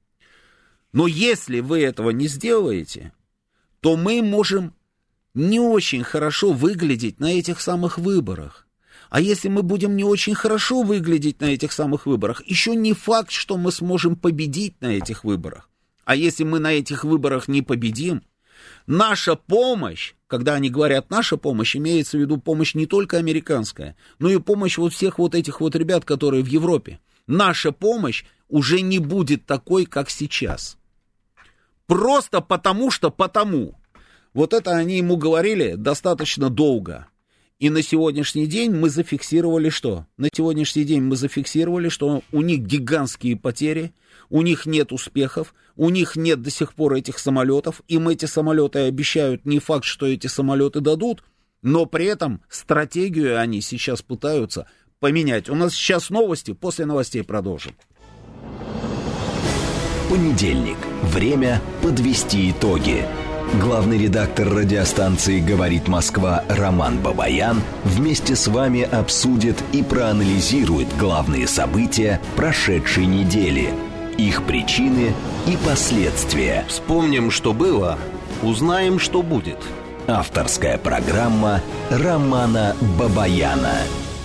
Но если вы этого не сделаете, то мы можем не очень хорошо выглядеть на этих самых выборах. А если мы будем не очень хорошо выглядеть на этих самых выборах, еще не факт, что мы сможем победить на этих выборах. А если мы на этих выборах не победим, наша помощь, когда они говорят наша помощь, имеется в виду помощь не только американская, но и помощь вот всех вот этих вот ребят, которые в Европе. Наша помощь уже не будет такой, как сейчас. Просто потому, что потому. Вот это они ему говорили достаточно долго. И на сегодняшний день мы зафиксировали что? На сегодняшний день мы зафиксировали, что у них гигантские потери, у них нет успехов, у них нет до сих пор этих самолетов. Им эти самолеты обещают, не факт, что эти самолеты дадут, но при этом стратегию они сейчас пытаются поменять. У нас сейчас новости, после новостей продолжим. Понедельник. Время подвести итоги. Главный редактор радиостанции «Говорит Москва» Роман Бабаян вместе с вами обсудит и проанализирует главные события прошедшей недели, их причины и последствия. Вспомним, что было, узнаем, что будет. Авторская программа Романа Бабаяна.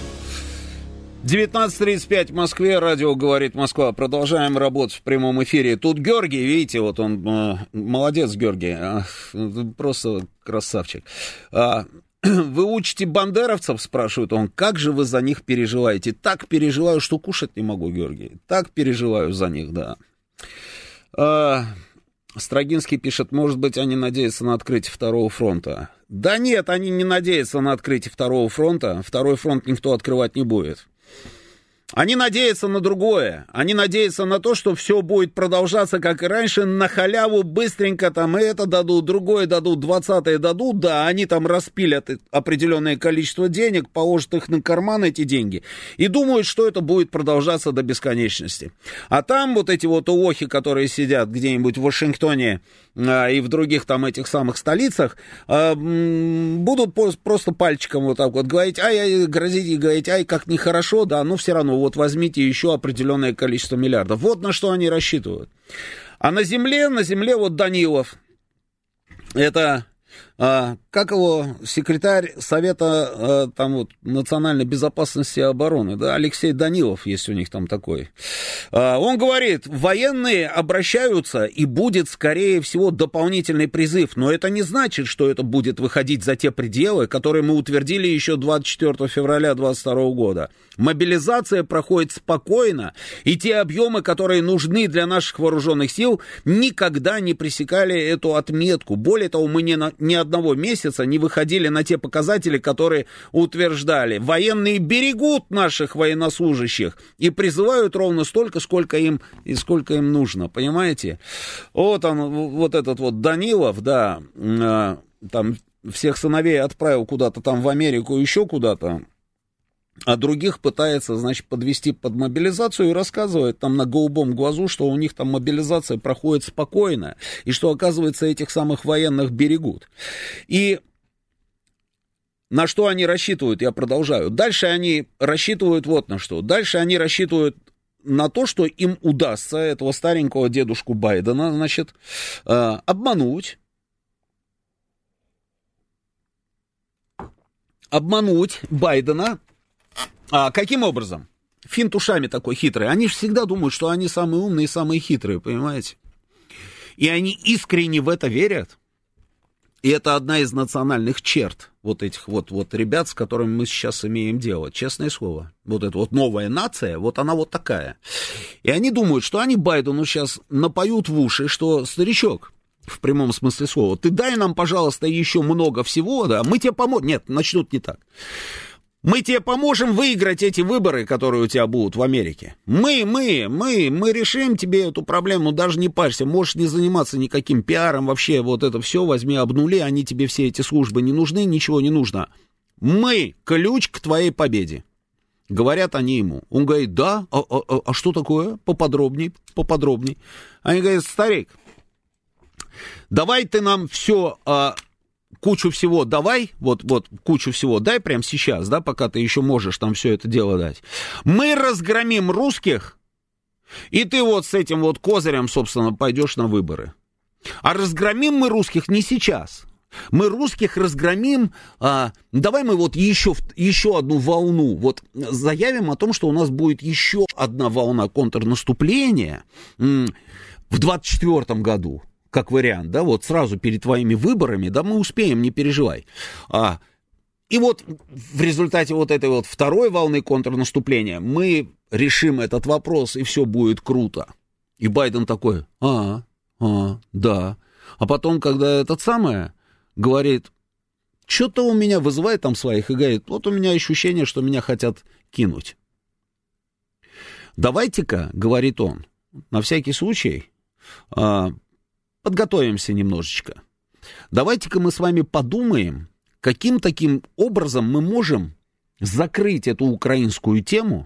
19:35 в Москве, радио «Говорит Москва». Продолжаем работать в прямом эфире. Тут Георгий, видите, вот он, молодец, Георгий, просто красавчик. Вы учите бандеровцев, спрашивает он, как же вы за них переживаете? Так переживаю, что кушать не могу, Георгий. Так переживаю за них, да. Строгинский пишет, может быть, они надеются на открытие второго фронта. Да нет, они не надеются на открытие второго фронта. Второй фронт никто открывать не будет. Они надеются на другое. Они надеются на то, что все будет продолжаться, как и раньше, на халяву, быстренько там это дадут, другое дадут, 20-е дадут, да, они там распилят определенное количество денег, положат их на карман, эти деньги, и думают, что это будет продолжаться до бесконечности. А там вот эти вот улохи, которые сидят где-нибудь в Вашингтоне и в других там этих самых столицах, будут просто пальчиком вот так вот говорить, грозить и говорить, как нехорошо, да, но все равно вот возьмите еще определенное количество миллиардов. Вот на что они рассчитывают. А на земле вот Данилов, это, как его, секретарь Совета там вот, национальной безопасности и обороны, да, Алексей Данилов, есть у них там такой. Он говорит, военные обращаются, и будет, скорее всего, дополнительный призыв, но это не значит, что это будет выходить за те пределы, которые мы утвердили еще 24 февраля 2022 года. Мобилизация проходит спокойно, и те объемы, которые нужны для наших вооруженных сил, никогда не пресекали эту отметку. Более того, мы ни одного месяца не выходили на те показатели, которые утверждали. Военные берегут наших военнослужащих и призывают ровно столько, сколько им нужно, понимаете? Вот он, вот этот вот Данилов, да, там всех сыновей отправил куда-то там в Америку, еще куда-то, а других пытается, значит, подвести под мобилизацию и рассказывает там на голубом глазу, что у них там мобилизация проходит спокойно, и что, оказывается, этих самых военных берегут. И на что они рассчитывают, я продолжаю. Дальше они рассчитывают вот на что. Дальше они рассчитывают на то, что им удастся этого старенького дедушку Байдена, значит, обмануть Байдена. Каким образом? Финт ушами такой хитрый. Они же всегда думают, что они самые умные и самые хитрые, понимаете? И они искренне в это верят. И это одна из национальных черт вот этих вот ребят, с которыми мы сейчас имеем дело. Честное слово. Вот эта вот новая нация, вот она вот такая. И они думают, что они Байдену сейчас напоют в уши, что, старичок, в прямом смысле слова, ты дай нам, пожалуйста, еще много всего, да, мы тебе поможем. Нет, начнут не так. Мы тебе поможем выиграть эти выборы, которые у тебя будут в Америке. Мы решим тебе эту проблему, даже не парься, можешь не заниматься никаким пиаром, вообще вот это все возьми, обнули, они тебе все эти службы не нужны, ничего не нужно. Мы ключ к твоей победе. Говорят они ему. Он говорит, да, а что такое? Поподробней. Они говорят, старик, давай ты нам все... кучу всего давай, вот кучу всего дай прямо сейчас, да, пока ты еще можешь там все это дело дать. Мы разгромим русских, и ты вот с этим вот козырем, собственно, пойдешь на выборы. А разгромим мы русских не сейчас. Мы русских разгромим, давай мы вот еще одну волну, вот заявим о том, что у нас будет еще одна волна контрнаступления в 24 году. Как вариант, да, вот сразу перед твоими выборами, да, мы успеем, не переживай. И вот в результате вот этой вот второй волны контрнаступления мы решим этот вопрос, и все будет круто. И Байден такой, да. А потом, когда этот самое говорит, что-то у меня вызывает там своих, и говорит, вот у меня ощущение, что меня хотят кинуть. Давайте-ка, говорит он, на всякий случай... подготовимся немножечко. Давайте-ка мы с вами подумаем, каким таким образом мы можем закрыть эту украинскую тему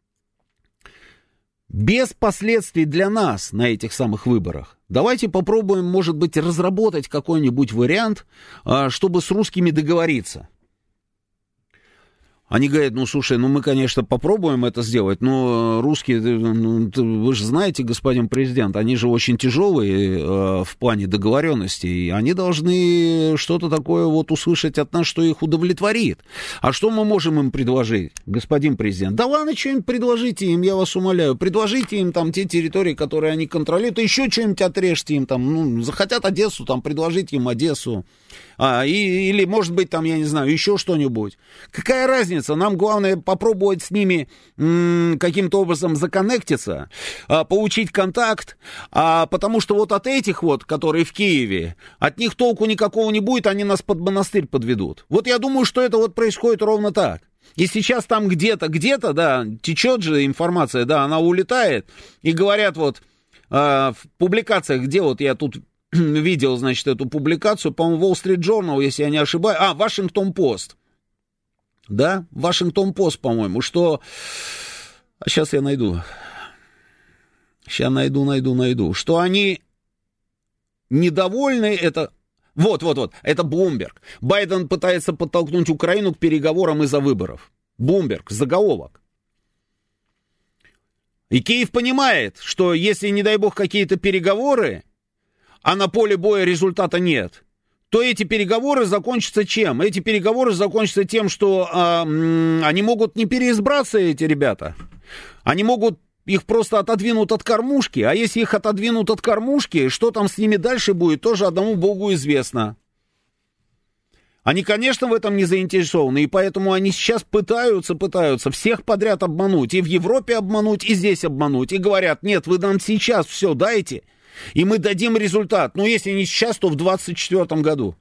без последствий для нас на этих самых выборах. Давайте попробуем, может быть, разработать какой-нибудь вариант, чтобы с русскими договориться. Они говорят, ну, слушай, ну, мы, конечно, попробуем это сделать, но русские, вы же знаете, господин президент, они же очень тяжелые в плане договоренности, и они должны что-то такое вот услышать от нас, что их удовлетворит. А что мы можем им предложить, господин президент? Да ладно, что-нибудь предложите им, я вас умоляю, предложите им там те территории, которые они контролируют, еще что-нибудь отрежьте им там, ну, захотят Одессу, там, предложите им Одессу. Или, может быть, там, я не знаю, еще что-нибудь. Какая разница? Нам главное попробовать с ними каким-то образом законнектиться, получить контакт, потому что вот от этих вот, которые в Киеве, от них толку никакого не будет, они нас под монастырь подведут. Вот я думаю, что это вот происходит ровно так. И сейчас там где-то, да, течет же информация, да, она улетает, и говорят вот в публикациях, где вот я тут видел, значит, эту публикацию, по-моему, Wall Street Journal, если я не ошибаюсь, Washington Post, да, Washington Post, по-моему, что, сейчас я найду, что они недовольны, это... Вот, это Bloomberg. Байден пытается подтолкнуть Украину к переговорам из-за выборов. Bloomberg, заголовок. И Киев понимает, что если, не дай бог, какие-то переговоры, а на поле боя результата нет, то эти переговоры закончатся чем? Эти переговоры закончатся тем, что они могут не переизбраться, эти ребята. Они могут... Их просто отодвинут от кормушки, а если их отодвинут от кормушки, что там с ними дальше будет, тоже одному Богу известно. Они, конечно, в этом не заинтересованы, и поэтому они сейчас пытаются всех подряд обмануть, и в Европе обмануть, и здесь обмануть, и говорят, нет, вы нам сейчас все дайте, и мы дадим результат, но если не сейчас, то в 2024 году.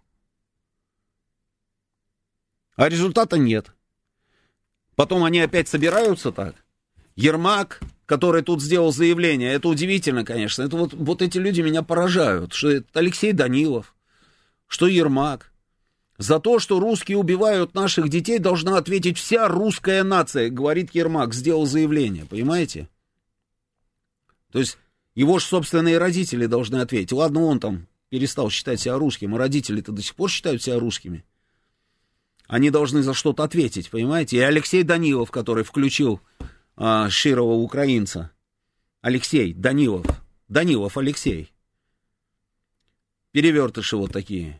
А результата нет. Потом они опять собираются так. Ермак, который тут сделал заявление, это удивительно, конечно. Это вот эти люди меня поражают, что это Алексей Данилов, что Ермак. За то, что русские убивают наших детей, должна ответить вся русская нация, говорит Ермак, сделал заявление, понимаете? То есть его же собственные родители должны ответить. Ладно, он там перестал считать себя русским, а родители-то до сих пор считают себя русскими. Они должны за что-то ответить, понимаете? И Алексей Данилов, который включил... Широго украинца. Алексей Данилов. Данилов Алексей. Перевертыши вот такие.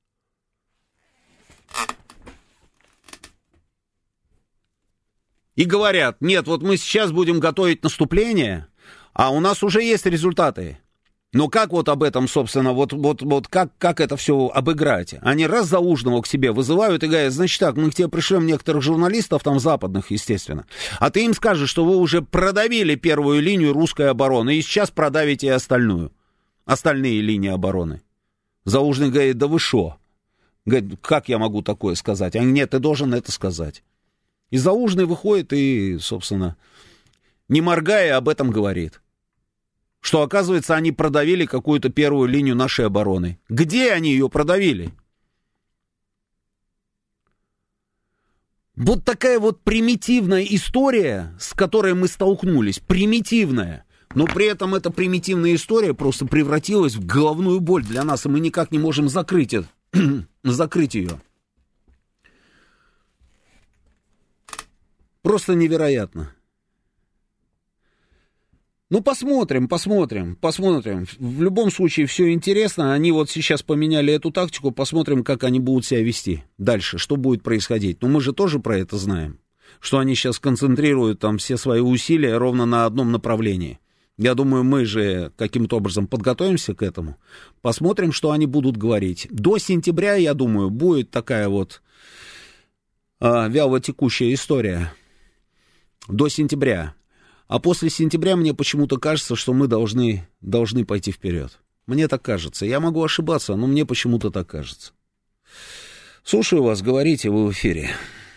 И говорят, нет, вот мы сейчас будем готовить наступление, а у нас уже есть результаты. Но как вот об этом, собственно, вот как это все обыграть? Они раз Залужного к себе вызывают и говорят, значит так, мы к тебе пришлем некоторых журналистов, там западных, естественно, а ты им скажешь, что вы уже продавили первую линию русской обороны, и сейчас продавите и остальные линии обороны. Залужный говорит, да вы шо? Говорит, как я могу такое сказать? Они, нет, ты должен это сказать. И Залужный выходит и, собственно, не моргая, об этом говорит. Что, оказывается, они продавили какую-то первую линию нашей обороны. Где они ее продавили? Вот такая вот примитивная история, с которой мы столкнулись. Примитивная. Но при этом эта примитивная история просто превратилась в головную боль для нас, и мы никак не можем закрыть ее. Просто невероятно. Ну, посмотрим. В любом случае, все интересно. Они вот сейчас поменяли эту тактику. Посмотрим, как они будут себя вести дальше, что будет происходить. Но мы же тоже про это знаем, что они сейчас концентрируют там все свои усилия ровно на одном направлении. Я думаю, мы же каким-то образом подготовимся к этому. Посмотрим, что они будут говорить. До сентября, я думаю, будет такая вот вялотекущая история. До сентября. А после сентября мне почему-то кажется, что мы должны пойти вперед. Мне так кажется. Я могу ошибаться, но мне почему-то так кажется. Слушаю вас, говорите, вы в эфире.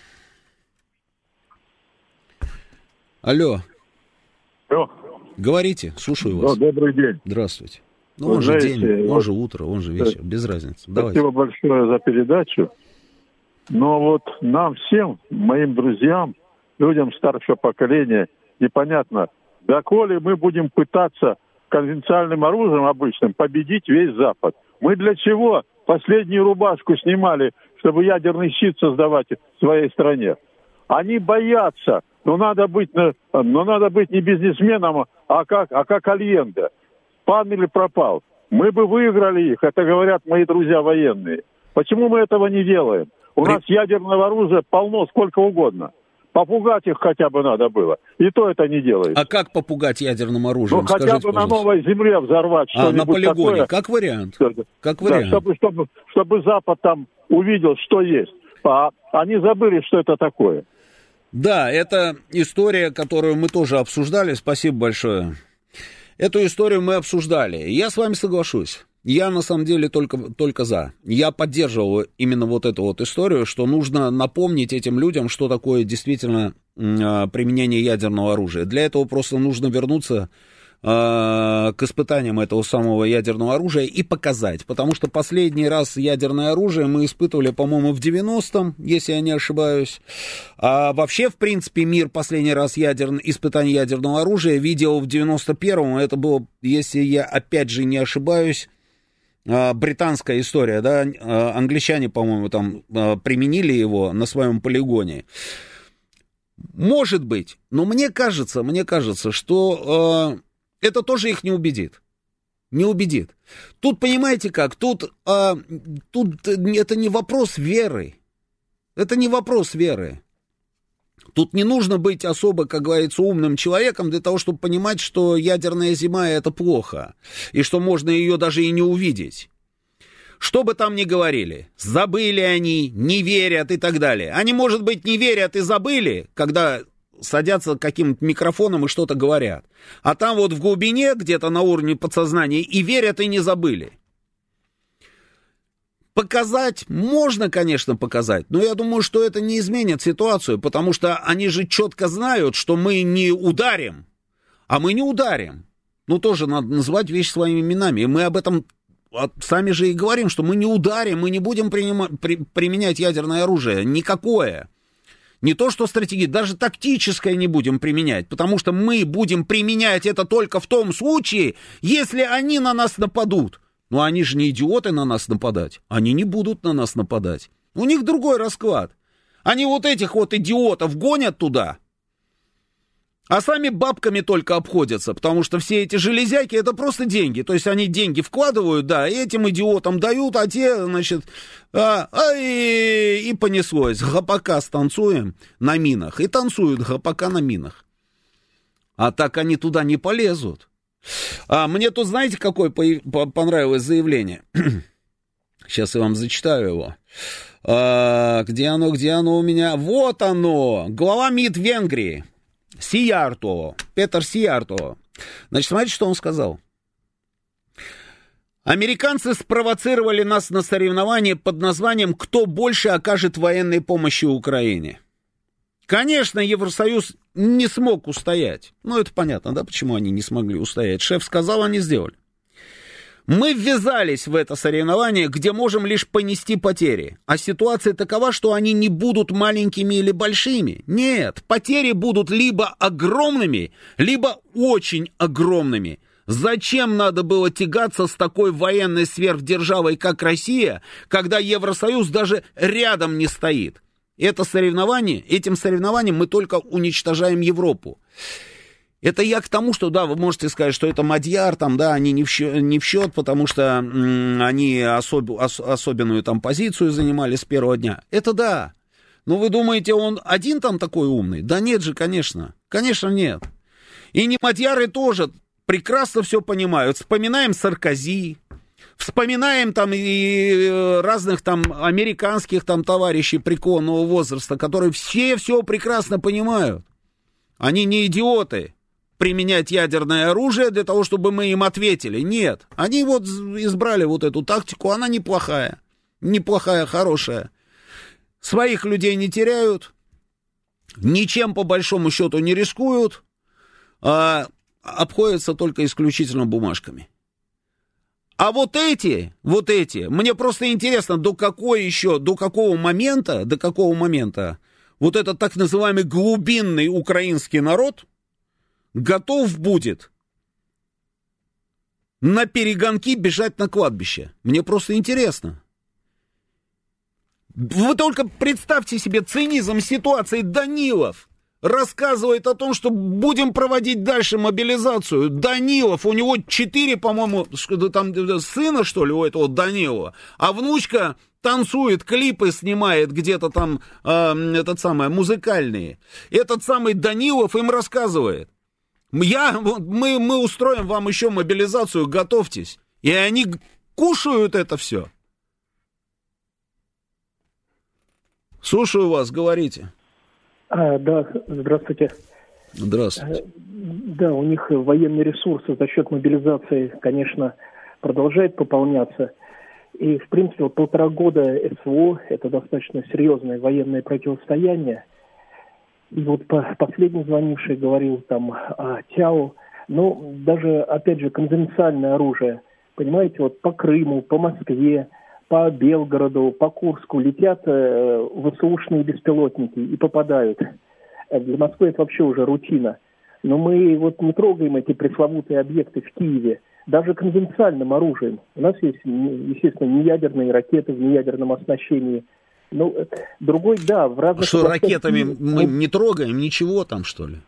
Алло. Алло. Говорите, слушаю вас. Добрый день. Здравствуйте. Ну, он же день, он же утро, он же вечер, без разницы. Спасибо большое за передачу. Но вот нам всем, моим друзьям, людям старшего поколения, непонятно, доколе мы будем пытаться конвенциональным оружием обычным победить весь Запад. Мы для чего последнюю рубашку снимали, чтобы ядерный щит создавать в своей стране? Они боятся, но надо быть не бизнесменом, а как Альенде. Пан или пропал. Мы бы выиграли их, это говорят мои друзья военные. Почему мы этого не делаем? У нас ядерного оружия полно, сколько угодно. Попугать их хотя бы надо было. И то это не делается. А как попугать ядерным оружием? Ну, хотя бы на новой земле взорвать что-нибудь на полигоне, такое. Как вариант. Как вариант. Да, чтобы Запад там увидел, что есть. А они забыли, что это такое. Да, это история, которую мы тоже обсуждали. Спасибо большое. Эту историю мы обсуждали. Я с вами соглашусь. Я на самом деле только за. Я поддерживал именно вот эту вот историю, что нужно напомнить этим людям, что такое действительно применение ядерного оружия. Для этого просто нужно вернуться к испытаниям этого самого ядерного оружия и показать. Потому что последний раз ядерное оружие мы испытывали, по-моему, в 90-м, если я не ошибаюсь. А вообще, в принципе, мир последний раз испытание ядерного оружия видел в 91-м. Это было, если я опять же не ошибаюсь, британская история, да, англичане, по-моему, там применили его на своем полигоне. Может быть, но мне кажется, что это тоже их не убедит. Не убедит. Тут, понимаете как, тут это не вопрос веры. Это не вопрос веры. Тут не нужно быть особо, как говорится, умным человеком для того, чтобы понимать, что ядерная зима — это плохо, и что можно ее даже и не увидеть. Что бы там ни говорили, забыли они, не верят и так далее. Они, может быть, не верят и забыли, когда садятся к каким-то микрофоном и что-то говорят. А там вот в глубине, где-то на уровне подсознания, и верят, и не забыли. Показать можно, конечно, показать, но я думаю, что это не изменит ситуацию, потому что они же четко знают, что мы не ударим, а мы не ударим. Ну, тоже надо называть вещи своими именами, и мы об этом сами же и говорим, что мы не ударим, мы не будем применять ядерное оружие, никакое. Не то, что стратегическое, даже тактическое не будем применять, потому что мы будем применять это только в том случае, если они на нас нападут. Но они же не идиоты на нас нападать. Они не будут на нас нападать. У них другой расклад. Они вот этих вот идиотов гонят туда, а сами бабками только обходятся, потому что все эти железяки — это просто деньги. То есть они деньги вкладывают, да, и этим идиотам дают, а те, значит, и понеслось. Гопака станцуем на минах. И танцуют гопака на минах. А так они туда не полезут. Мне тут, знаете, какое понравилось заявление? Сейчас я вам зачитаю его. Где оно у меня? Вот оно! Глава МИД Венгрии. Сиярто. Петер Сиярто. Значит, смотрите, что он сказал. Американцы спровоцировали нас на соревнование под названием «Кто больше окажет военной помощи Украине?». Конечно, Евросоюз не смог устоять. Ну, это понятно, да, почему они не смогли устоять. Шеф сказал, они сделали. Мы ввязались в это соревнование, где можем лишь понести потери. А ситуация такова, что они не будут маленькими или большими. Нет, потери будут либо огромными, либо очень огромными. Зачем надо было тягаться с такой военной сверхдержавой, как Россия, когда Евросоюз даже рядом не стоит? Этим соревнованием мы только уничтожаем Европу. Это я к тому, что, да, вы можете сказать, что это Мадьяр, там, да, они не в счет, потому что они особенную там позицию занимали с первого дня. Это да. Но вы думаете, он один там такой умный? Да нет же, конечно. Конечно, нет. И не Мадьяры тоже прекрасно все понимают. Вспоминаем Саркози, вспоминаем там и разных там американских там товарищей преклонного возраста, которые все прекрасно понимают. Они не идиоты применять ядерное оружие для того, чтобы мы им ответили. Нет. Они вот избрали вот эту тактику, она неплохая. Неплохая, хорошая. Своих людей не теряют, ничем по большому счету не рискуют, а обходятся только исключительно бумажками. А вот эти, мне просто интересно, до какого момента вот этот так называемый глубинный украинский народ готов будет на перегонки бежать на кладбище. Мне просто интересно. Вы только представьте себе цинизм ситуации. Данилов рассказывает о том, что будем проводить дальше мобилизацию. Данилов, у него 4, по-моему, там сына, что ли, у этого Данилова, а внучка танцует, клипы снимает где-то там, музыкальные. Этот самый Данилов им рассказывает. Мы устроим вам еще мобилизацию, готовьтесь. И они кушают это все. Слушаю вас, говорите. Да, здравствуйте. Здравствуйте. Да, у них военные ресурсы за счет мобилизации, конечно, продолжает пополняться. И, в принципе, вот 1,5 года СВО – это достаточно серьезное военное противостояние. И вот последний звонивший говорил там о ТЯО, но даже, опять же, конвенциальное оружие, понимаете, вот по Крыму, по Москве, по Белгороду, по Курску летят ВСУшные беспилотники и попадают. Для Москвы это вообще уже рутина. Но мы вот не трогаем эти пресловутые объекты в Киеве, даже конвенциальным оружием. У нас есть, естественно, неядерные ракеты в неядерном оснащении. Ну, другой, да, в разных... Что, ракетами мы не трогаем ничего там, что ли?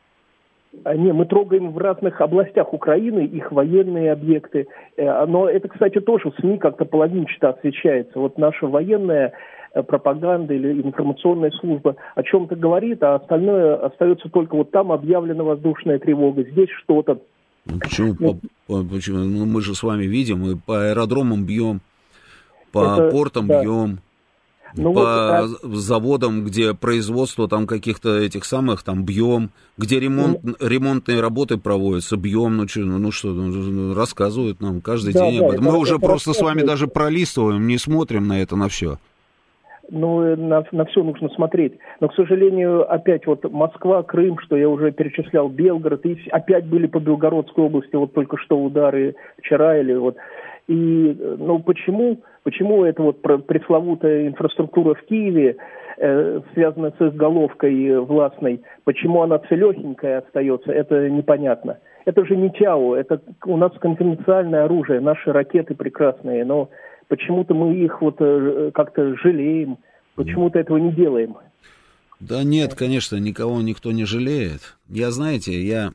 Не, мы трогаем в разных областях Украины их военные объекты. Но это, кстати, тоже в СМИ как-то половинчато освещается. Вот наша военная пропаганда или информационная служба о чем-то говорит, а остальное остается только вот там объявлена воздушная тревога, здесь что-то. Почему? Почему? Ну, мы же с вами видим, мы по аэродромам бьем, по портам бьем. Ну, по заводам, где производство там каких-то этих самых, там бьем, где ремонтные работы проводятся, бьем, рассказывают нам каждый день об этом. Мы уже просто с вами даже пролистываем, не смотрим на это, на все. Ну, на все нужно смотреть. Но, к сожалению, опять вот Москва, Крым, что я уже перечислял, Белгород, и опять были по Белгородской области, вот только что удары вчера или вот. И, ну, почему эта вот пресловутая инфраструктура в Киеве, связанная с их головкой властной, почему она целехенькая остается, это непонятно. Это же не ТЯО, это у нас конвенциальное оружие, наши ракеты прекрасные, но почему-то мы их вот как-то жалеем, почему-то этого не делаем. Да нет, конечно, никто не жалеет. Знаете, я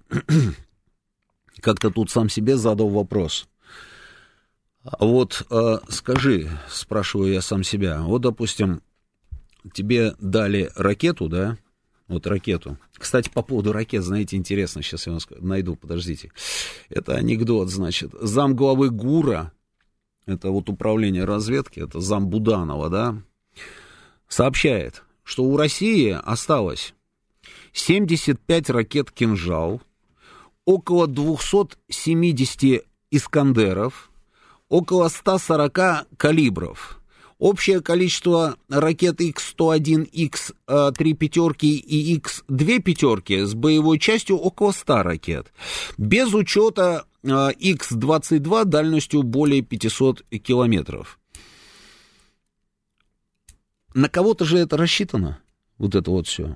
как-то тут сам себе задал вопрос. Вот скажи, спрашиваю я сам себя, вот, допустим, тебе дали ракету, да, вот ракету. Кстати, по поводу ракет, знаете, интересно, сейчас я вам найду, подождите. Это анекдот, значит, замглавы ГУРа, это вот управление разведки, это зам Буданова, да, сообщает, что у России осталось 75 ракет «Кинжал», около 270 «Искандеров», около 140 калибров. Общее количество ракет Х-101, Х-3 пятерки и Х-2 пятерки с боевой частью около 100 ракет. Без учета Х-22 дальностью более 500 километров. На кого-то же это рассчитано, вот это вот все.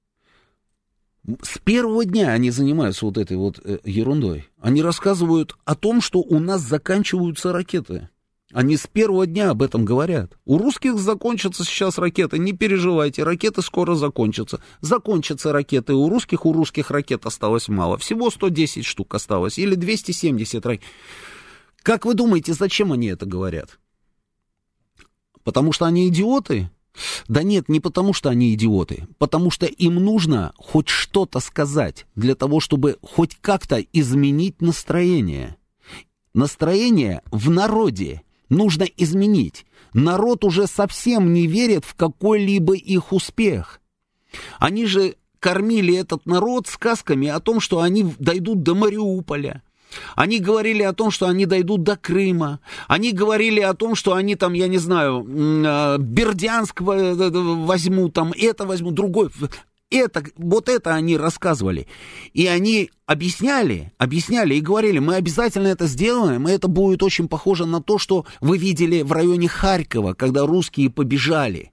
С первого дня они занимаются вот этой вот ерундой. Они рассказывают о том, что у нас заканчиваются ракеты. Они с первого дня об этом говорят. У русских закончатся сейчас ракеты, не переживайте, ракеты скоро закончатся. Закончатся ракеты, у русских ракет осталось мало. Всего 110 штук осталось, или 270 ракет. Как вы думаете, зачем они это говорят? Потому что они идиоты? Да нет, не потому что они идиоты, потому что им нужно хоть что-то сказать для того, чтобы хоть как-то изменить настроение. Настроение в народе нужно изменить. Народ уже совсем не верит в какой-либо их успех. Они же кормили этот народ сказками о том, что они дойдут до Мариуполя. Они говорили о том, что они дойдут до Крыма. Они говорили о том, что они там, я не знаю, Бердянск возьмут, там это возьмут, другой. Вот это они рассказывали. И они объясняли и говорили, мы обязательно это сделаем, и это будет очень похоже на то, что вы видели в районе Харькова, когда русские побежали.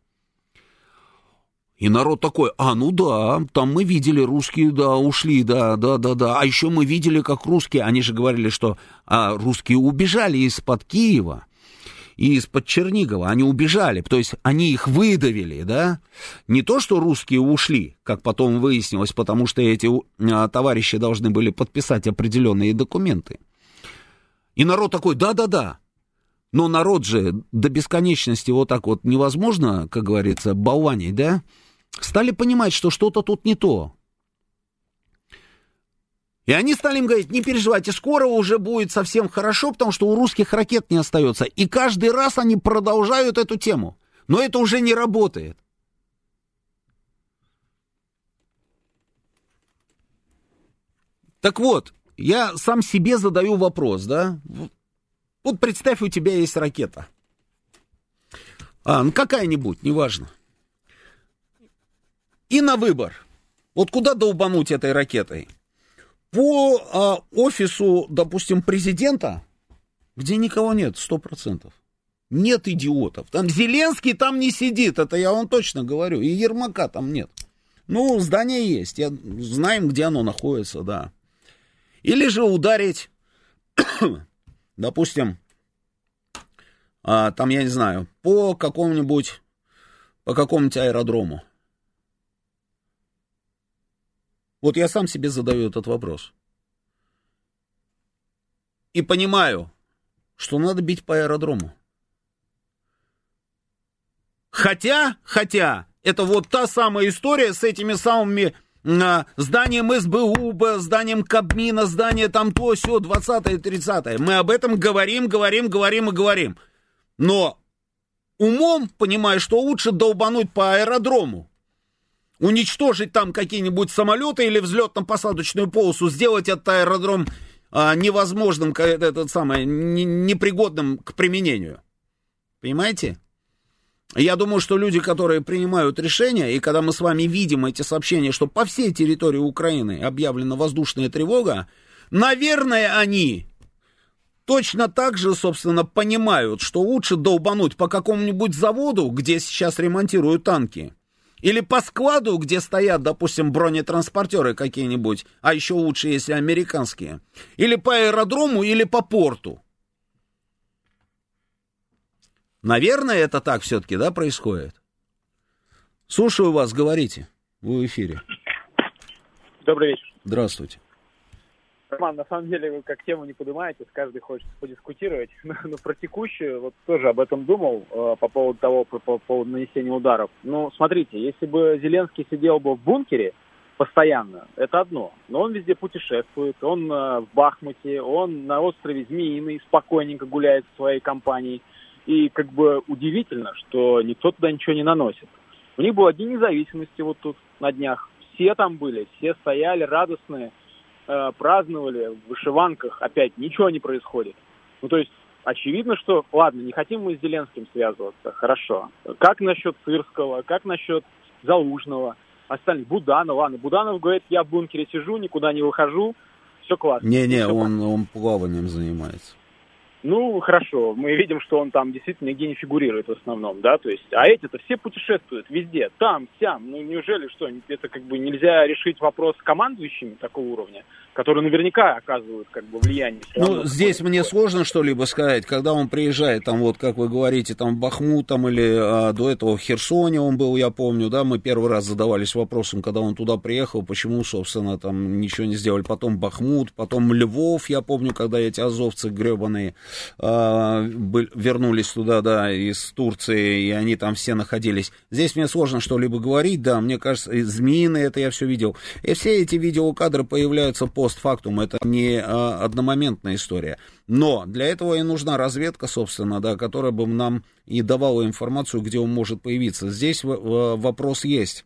И народ такой, ну да, там мы видели, русские, да, ушли, да. А еще мы видели, как русские, они же говорили, что русские убежали из-под Киева и из-под Чернигова, они убежали, то есть они их выдавили, да. Не то, что русские ушли, как потом выяснилось, потому что эти товарищи должны были подписать определенные документы. И народ такой, да. Но народ же до бесконечности вот так вот невозможно, как говорится, болванить, да? Стали понимать, что что-то тут не то. И они стали им говорить, не переживайте, скоро уже будет совсем хорошо, потому что у русских ракет не остается. И каждый раз они продолжают эту тему. Но это уже не работает. Так вот, я сам себе задаю вопрос, да? Вот представь, у тебя есть ракета. Ну какая-нибудь, неважно. И на выбор. Вот куда долбануть этой ракетой? По офису, допустим, президента, где никого нет, 100%. Нет идиотов. Там Зеленский там не сидит, это я вам точно говорю. И Ермака там нет. Ну, здание есть, знаем, где оно находится, да. Или же ударить, допустим, там, я не знаю, по какому-нибудь аэродрому. Вот я сам себе задаю этот вопрос. И понимаю, что надо бить по аэродрому. Хотя, это вот та самая история с этими самыми зданием СБУ, зданием Кабмина, здание там то, сё, 20-е, 30-е. Мы об этом говорим. Но умом понимаю, что лучше долбануть по аэродрому. Уничтожить там какие-нибудь самолеты или взлетно-посадочную полосу, сделать этот аэродром невозможным, непригодным к применению. Понимаете? Я думаю, что люди, которые принимают решения, и когда мы с вами видим эти сообщения, что по всей территории Украины объявлена воздушная тревога, наверное, они точно так же, собственно, понимают, что лучше долбануть по какому-нибудь заводу, где сейчас ремонтируют танки, или по складу, где стоят, допустим, бронетранспортеры какие-нибудь, а еще лучше, если американские, или по аэродрому, или по порту. Наверное, это так все-таки, да, происходит? Слушаю вас, говорите. Вы в эфире. Добрый вечер. Здравствуйте. Роман, на самом деле, вы как тему не поднимаете, каждый хочет подискутировать, но про текущую, вот тоже об этом думал, по поводу нанесения ударов. Ну, смотрите, если бы Зеленский сидел бы в бункере постоянно, это одно, но он везде путешествует, он в Бахмуте, он на острове Змеиный спокойненько гуляет в своей компании, и как бы удивительно, что никто туда ничего не наносит. У них был День независимости вот тут на днях, все там были, все стояли радостные, праздновали в вышиванках, опять ничего не происходит. Ну, то есть, очевидно, что, ладно, не хотим мы с Зеленским связываться, хорошо. Как насчет Сырского, как насчет Залужного, остальных, Буданова, ладно, Буданов говорит, я в бункере сижу, никуда не выхожу, все классно. Не-не, он плаванием занимается. Ну, хорошо, мы видим, что он там действительно нигде не фигурирует в основном, да, то есть, а эти-то все путешествуют везде, там, сям, ну, неужели что, это как бы нельзя решить вопрос с командующими такого уровня, которые наверняка оказывают, как бы, влияние? Ну, здесь мне сложно что-либо сказать, когда он приезжает, там, вот, как вы говорите, там, в Бахмут, там, или до этого в Херсоне он был, я помню, да, мы первый раз задавались вопросом, когда он туда приехал, почему, собственно, там, ничего не сделали, потом Бахмут, потом Львов, я помню, когда эти азовцы гребаные вернулись туда, да, из Турции, и они там все находились. Здесь мне сложно что-либо говорить, да, мне кажется, Змеиный, это я все видел. И все эти видеокадры появляются постфактум, это не одномоментная история. Но для этого и нужна разведка, собственно, да, которая бы нам и давала информацию, где он может появиться. Здесь вопрос есть.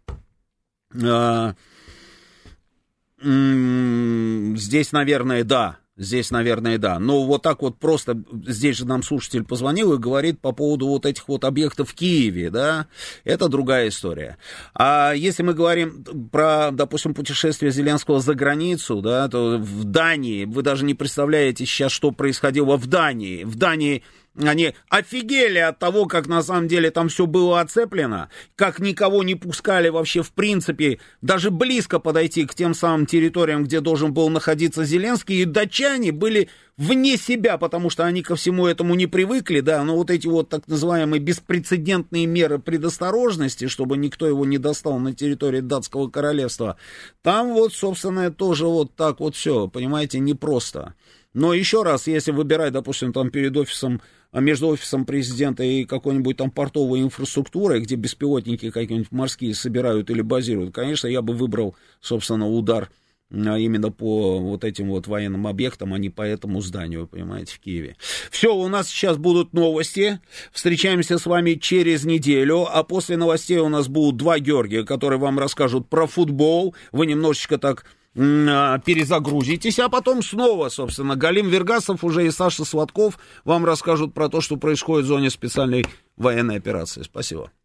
Здесь, наверное, да. Но вот так вот просто, здесь же нам слушатель позвонил и говорит по поводу вот этих вот объектов в Киеве, да, это другая история. А если мы говорим про, допустим, путешествие Зеленского за границу, да, то в Дании, вы даже не представляете сейчас, что происходило в Дании. В Дании они офигели от того, как на самом деле там все было оцеплено, как никого не пускали вообще в принципе даже близко подойти к тем самым территориям, где должен был находиться Зеленский, и датчане были вне себя, потому что они ко всему этому не привыкли, да, но вот эти вот так называемые беспрецедентные меры предосторожности, чтобы никто его не достал на территории датского королевства, там вот, собственно, тоже вот так вот все, понимаете, непросто. Но еще раз, если выбирать, допустим, там перед офисом, между офисом президента и какой-нибудь там портовой инфраструктурой, где беспилотники какие-нибудь морские собирают или базируют, конечно, я бы выбрал, собственно, удар именно по вот этим вот военным объектам, а не по этому зданию, понимаете, в Киеве. Все, у нас сейчас будут новости. Встречаемся с вами через неделю, а после новостей у нас будут два Георгия, которые вам расскажут про футбол. Вы немножечко так перезагрузитесь, а потом снова, собственно, Галим Вергасов уже и Саша Сватков вам расскажут про то, что происходит в зоне специальной военной операции. Спасибо.